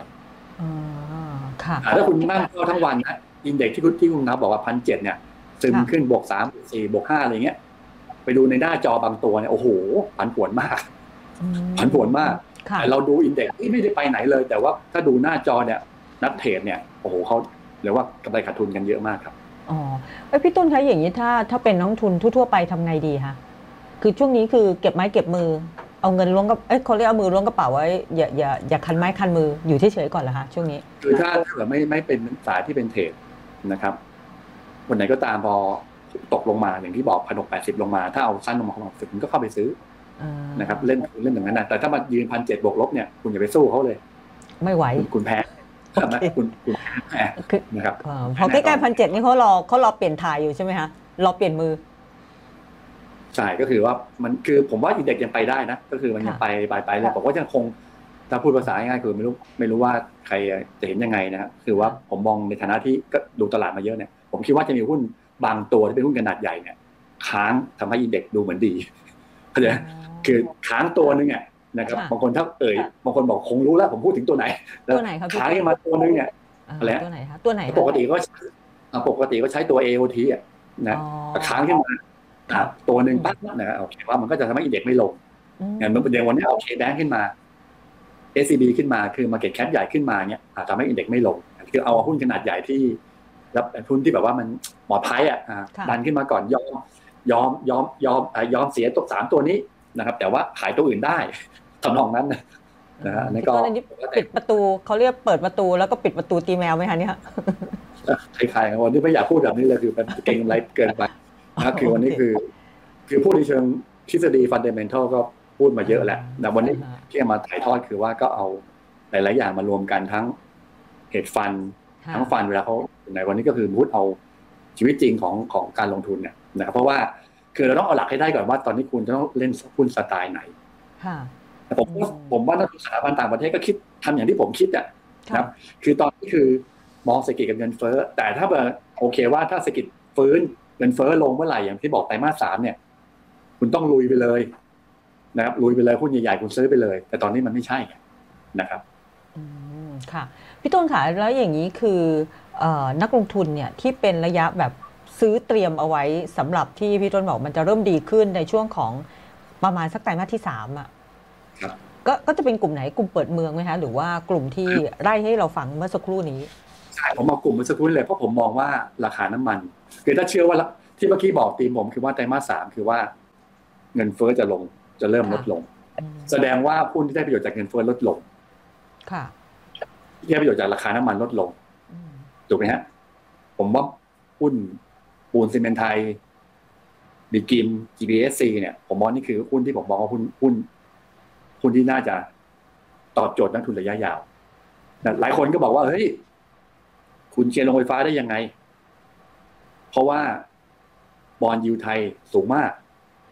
ถ้าคุณนั่งเข้าทั้งวันนะอินเด็กซ์ที่คุณที่คุณนับบอกว่าพันเจ็ดเนี่ยซึมขึ้นบวกสามบวกสี่บวกห้าอะไรเงี้ยไปดูในหน้าจอบางตัวเนี่ยโอ้โหผันผวนมากผันผวนมากแต่เราดูอินเด็กซ์ที่ไม่ได้ไปไหนเลยแต่ว่าถ้าดูหน้าจอเนี่ยนักเทรดเนี่ยโอ้โหเขาเรียกว่ากำไรขาดทุนกันเยอะมากครับอ๋อไอพี่ต้นคะอย่างนี้ถ้าถ้าเป็นนักทุนทั่วๆไปทำไงดีคะคือช่วงนี้คือเก็บไม้เก็บมือเอาเงินล้วงกับเอ้ยเขาเรียกเอามือล้วงกระเป๋าไว้อย่าอย่าอย่าคันไม้คันมืออยู่เฉยๆก่อนเหรอคะช่วงนี้คือถ้าถ้าเกิดไม่ไม่เป็นสายที่เป็นเทรดนะครับวันไหนก็ตามพอตกลงมาอย่างที่บอกพันหกแปดสิบลงมาถ้าเอาสั้นลงมาของสิบมันก็เข้าไปซื้อนะครับเล่นเล่นอย่างนั้นนะแต่ถ้ามายืนพันเจ็ดบวกลบเนี่ยคุณอย่าไปสู้เขาเลยไม่ไหวคุณแพ้นะคุณคุณแพ้นะครับพอใกล้ๆพันเจ็ดนี่เขารอเขารอเปลี่ยนถ่ายอยู่ใช่ไหมคะรอเปลี่ยนมือใช่ก็คือว่ามันคือผมว่าอินเด็กซ์ยังไปได้นะก็คือมันยังไปไปไปเลยผมว่ายังคงถ้าพูดภาษาง่ายๆคือไม่รู้ไม่รู้ว่าใครจะเห็นยังไงนะครับคือว่าผมมองในฐานะที่ก็ดูตลาดมาเยอะเนี่ยผมคิดว่าจะมีหุ้นบางตัวที่เป็นหุ้นขนาดใหญ่เนี่ยค้างทำให้อินเด็กซ์ดูเหมือนดีเข้าใจคือค้างตัวนึงอ่ะนะครับบางคนถ้าเอ่ยบางคนบอกคงรู้แล้วผมพูดถึงตัวไหนตัวไหนครับค้างมาตัวนึงเนี่ยอะไรตัวไหนคะตัวไหนปกติก็ปกติก็ใช้ตัว เอ โอ ที อ่ะนะค้างขึ้นมาตัวหนึ่งปั๊บนะโอเคว่ามันก็จะทำให้อินเด็กซ์ไม่ลงอย่างเมื่อเดือนวันนี้เอาเคแบงค์ขึ้นมา เอส ซี บี ขึ้นมาคือ market cap ใหญ่ขึ้นมาเนี่ยทำให้อินเด็กซ์ไม่ลงคือเอาหุ้นขนาดใหญ่ที่แล้วหุ้นที่แบบว่ามันหมอภัยอ่ะดันขึ้นมาก่อนยอมยอมยอมยอมยอมเสียตัวสามตัวนี้นะครับแต่ว่าขายตัวอื่นได้ทำนองนั้นนะนะฮะนี่ก็ปิดประตูเขาเรียกเปิดประตูแล้วก็ปิดประตูตีแมวไหมคะเนี่ยคล้ายๆวันนี้ไม่อยากพูดแบบนี้เลยคือเป็นเก่งไรเกินไปนะคือวันนี้คือคือพูดในเชิงทฤษฎีฟันเดเมนทัลก็พูดมาเยอะแล้วแต่วันนี้ที่มาถ่ายทอดคือว่าก็เอาหลายๆอย่างมารวมกันทั้งเฮดฟันทั้งฟันเวลาเขาในวันนี้ก็คือพูดเอาชีวิตจริงของของการลงทุนเนี่ยนะครับเพราะว่าคือเราต้องเอาหลักให้ได้ก่อนว่าตอนนี้คุณจะต้องเล่นหุ้นสไตล์ไหนผมผมว่านักลงทุนสถาบันต่างประเทศก็คิดทำอย่างที่ผมคิดอ่ะนะครับคือตอนนี้คือมองเศรษฐกิจกับเงินเฟ้อแต่ถ้าแบบโอเคว่าถ้าเศรษฐกิจฟื้นเงินเฟ้อลงเมื่อไหร่อย่างที่บอกไตรมาสสามเนี่ยคุณต้องลุยไปเลยนะครับลุยไปเลยหุ้นใหญ่ๆคุณซื้อไปเลยแต่ตอนนี้มันไม่ใช่นะครับอืมค่ะพี่ต้นค่ะแล้วอย่างนี้คือเอ่อนักลงทุนเนี่ยที่เป็นระยะแบบซื้อเตรียมเอาไว้สำหรับที่พี่ต้นบอกมันจะเริ่มดีขึ้นในช่วงของประมาณสักไตรมาสที่สามอ่ะก็ก็จะเป็นกลุ่มไหนกลุ่มเปิดเมืองไหมคะหรือว่ากลุ่มที่ไล่ให้เราฟังเมื่อสักครู่นี้ใช่ผมเอากลุ่มเมื่อสักครู่เลยเพราะผมมองว่าราคาน้ำมันคือถ้าเชื่อว่าที่เมื่อกี้บอกตีมผมคือว่าไตรมาสสามคือว่าเงินเฟ้อจะลงจะเริ่มลดลงแสดงว่าหุ้นที่ได้ประโยชน์จากเงินเฟ้อลดลงค่ะที่ได้ประโยชน์จากราคาน้ำมันลดลงถูกไหมฮะผมว่าหุ้นปูนซีเมนต์ไทยบีกิม จี บี เอส ซี เนี่ยผมมองนี่คือหุ้นที่ผมมองว่าหุ้นหุ้นหุ้นที่น่าจะตอบโจทย์นักทุนระยะยาวหลายคนก็บอกว่าเฮ้ยคุณเชียร์โรงไฟฟ้าได้ยังไงเพราะว่าบอนด์ยิลด์ไทยสูงมาก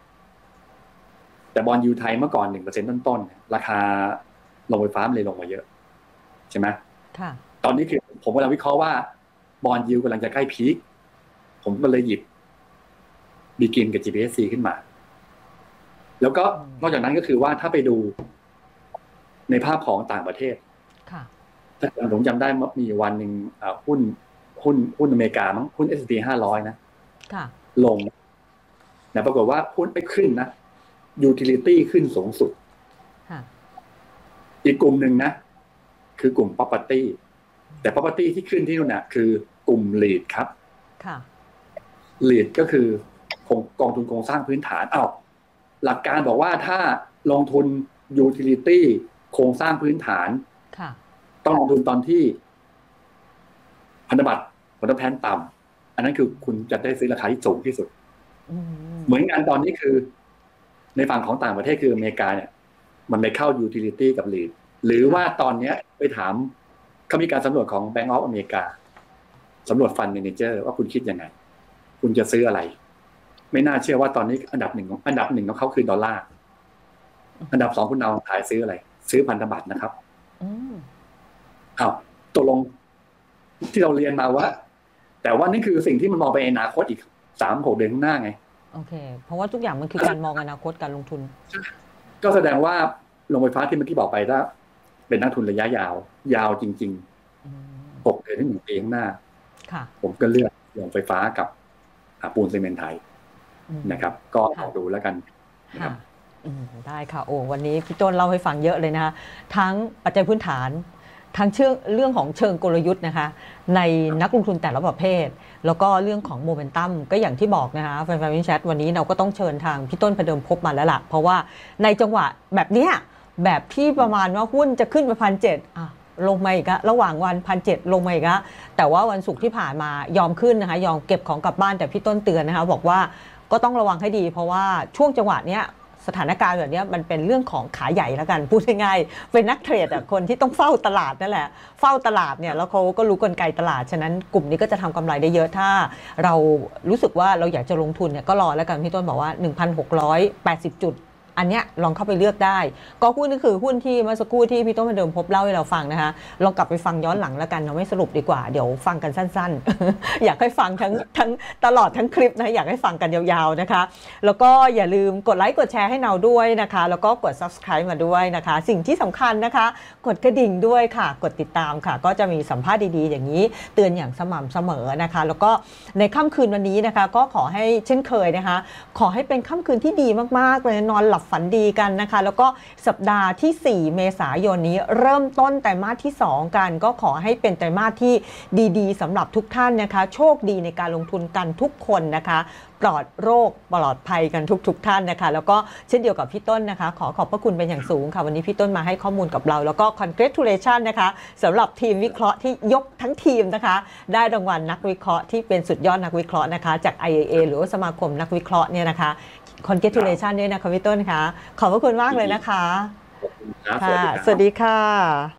แต่บอนด์ยิลด์ไทยเมื่อก่อน หนึ่งเปอร์เซ็นต์ ต้นๆราคาโรงไฟฟ้ามันเลยลงมาเยอะใช่ไหมค่ะตอนนี้คือผมกำลังวิเคราะห์ว่าบอนด์ยิลด์กำลังจะใกล้พีคผมก็เลยหยิบบีกินกับ จี พี เอส ซี ขึ้นมาแล้วก็นอกจากนั้นก็คือว่าถ้าไปดูในภาพของต่างประเทศถ้าผมจำได้มีวันหนึ่งหุ้นหุ้นหุ้นอเมริกามั้งหุ้น เอส แอนด์ พี ห้าร้อยนะลงแต่ปรากฏว่าหุ้นไปขึ้นนะยูทิลิตี้ขึ้นสูงสุดอีกกลุ่มหนึ่งนะคือกลุ่ม property แต่ property ที่ขึ้นที่นู่นน่ะคือกลุ่ม lead ครับ lead ก็คือกองทุนโครงสร้างพื้นฐานอ้าวหลักการบอกว่าถ้าลงทุน utility โครงสร้างพื้นฐานต้องลงทุนตอนที่พันธบัตรผลตอบแทนต่ำอันนั้นคือคุณจะได้ซื้อราคาที่สูงที่สุดเหมือนงานตอนนี้คือในฝั่งของต่างประเทศคืออเมริกาเนี่ยมันไปเข้า utility กับ lead หรือว่าตอนนี้ไปถามเขามีการสำรวจของ Bank of America สำรวจฟัน manager ว่าคุณคิดยังไงคุณจะซื้ออะไรไม่น่าเชื่อว่าตอนนี้อันดับหนึ่งของอันดับหนึ่งของเขาคือดอลลาร์อันดับสองคุณเอาขายซื้ออะไรซื้อพันธบัตรนะครับอ้าวตกลงที่เราเรียนมาว่าแต่ว่านี่คือสิ่งที่มันมองไปอนาคตอีกสามหกเดือนข้างหน้าไงโอเคเพราะว่าทุกอย่างมันคือการมองอนาคตการลงทุนก็แสดงว่าโรงไฟฟ้าที่เมื่อกี้บอกไปถ้าเป็นนักทุนระยะยาวยาวจริงๆหกเดือนถึงหนึ่งปีข้างหน้าผมก็เลือกโรงไฟฟ้ากับปูนซีเมนต์ไทยนะครับก็ลองดูแล้วกันนะครับได้ค่ะโอ้วันนี้พี่ต้นเล่าให้ฟังเยอะเลยนะคะทั้งปัจจัยพื้นฐานทั้งเชื่อเรื่องของเชิงกลยุทธ์นะคะในนักลงทุนแต่ละประเภทแล้วก็เรื่องของโมเมนตัมก็อย่างที่บอกนะคะแฟนๆวินแชทวันนี้เราก็ต้องเชิญทางพี่ต้นพเดิมพบมาแล้วล่ะเพราะว่าในจังหวะแบบเนี้ยแบบที่ประมาณว่าหุ้นจะขึ้นไปพันเจ็ดอ่ะลงมาอีกอะระหว่างวันพันเจ็ดลงมาอีกอะแต่ว่าวันศุกร์ที่ผ่านมายอมขึ้นนะคะยอมเก็บของกลับบ้านแต่พี่ต้นเตือนนะคะบอกว่าก็ต้องระวังให้ดีเพราะว่าช่วงจังหวะเนี้ยสถานการณ์แบบนี้มันเป็นเรื่องของขาใหญ่แล้วกันพูดง่ายๆเป็นนักเทรดอ่ะคนที่ต้องเฝ้าตลาดนั่นแหละเฝ้าตลาดเนี่ยแล้วเขาก็รู้กลไกตลาดฉะนั้นกลุ่มนี้ก็จะทำกำไรได้เยอะถ้าเรารู้สึกว่าเราอยากจะลงทุนเนี่ยก็รอแล้วกันพี่ต้นบอกว่า หนึ่งพันหกร้อยแปดสิบ จุดอันเนี้ยลองเข้าไปเลือกได้ก็หุ้นนี่คือหุ้นที่เมื่อสักครู่ที่พี่ต้นพเดิมพบเล่าให้เราฟังนะคะลองกลับไปฟังย้อนหลังแล้วกันเราไม่สรุปดีกว่าเดี๋ยวฟังกันสั้นๆ อยากให้ฟังทั้งทั้งตลอดทั้งคลิปนะอยากให้ฟังกันยาวๆนะคะแล้วก็อย่าลืมกดไลค์กดแชร์ให้เราด้วยนะคะแล้วก็กด ซับสไครบ์ มาด้วยนะคะสิ่งที่สำคัญนะคะกดกระดิ่งด้วยค่ะกดติดตามค่ะก็จะมีสัมภาษณ์ดีๆอย่างนี้เตือนอย่างสม่ำเสมอนะคะแล้วก็ในค่ำคืนวันนี้นะคะก็ขอให้เช่นเคยนะคะขอให้เป็นค่ำคืนที่ดีมากๆเลยนอนหลับฝันดีกันนะคะแล้วก็สัปดาห์ที่สี่เมษายนนี้เริ่มต้นไตรมาสที่สองกันก็ขอให้เป็นไตรมาสที่ดีๆสำหรับทุกท่านนะคะโชคดีในการลงทุนกันทุกคนนะคะปลอดโรคปลอดภัยกันทุกๆ ท่านนะคะแล้วก็เช่นเดียวกับพี่ต้นนะคะขอขอบพระคุณเป็นอย่างสูงค่ะวันนี้พี่ต้นมาให้ข้อมูลกับเราแล้วก็ congratulation นะคะสำหรับทีมวิเคราะห์ที่ยกทั้งทีมนะคะได้รางวัลนักวิเคราะห์ที่เป็นสุดยอดนักวิเคราะห์นะคะจาก ไอ เอ เอ หรือว่าสมาคมนักวิเคราะห์เนี่ยนะคะ congratulation ด้วยนะคะพี่ต้นค่ะขอบพระคุณมากเลยนะคะขอบคุณครับสวัสดีครับสวัสดีค่ะ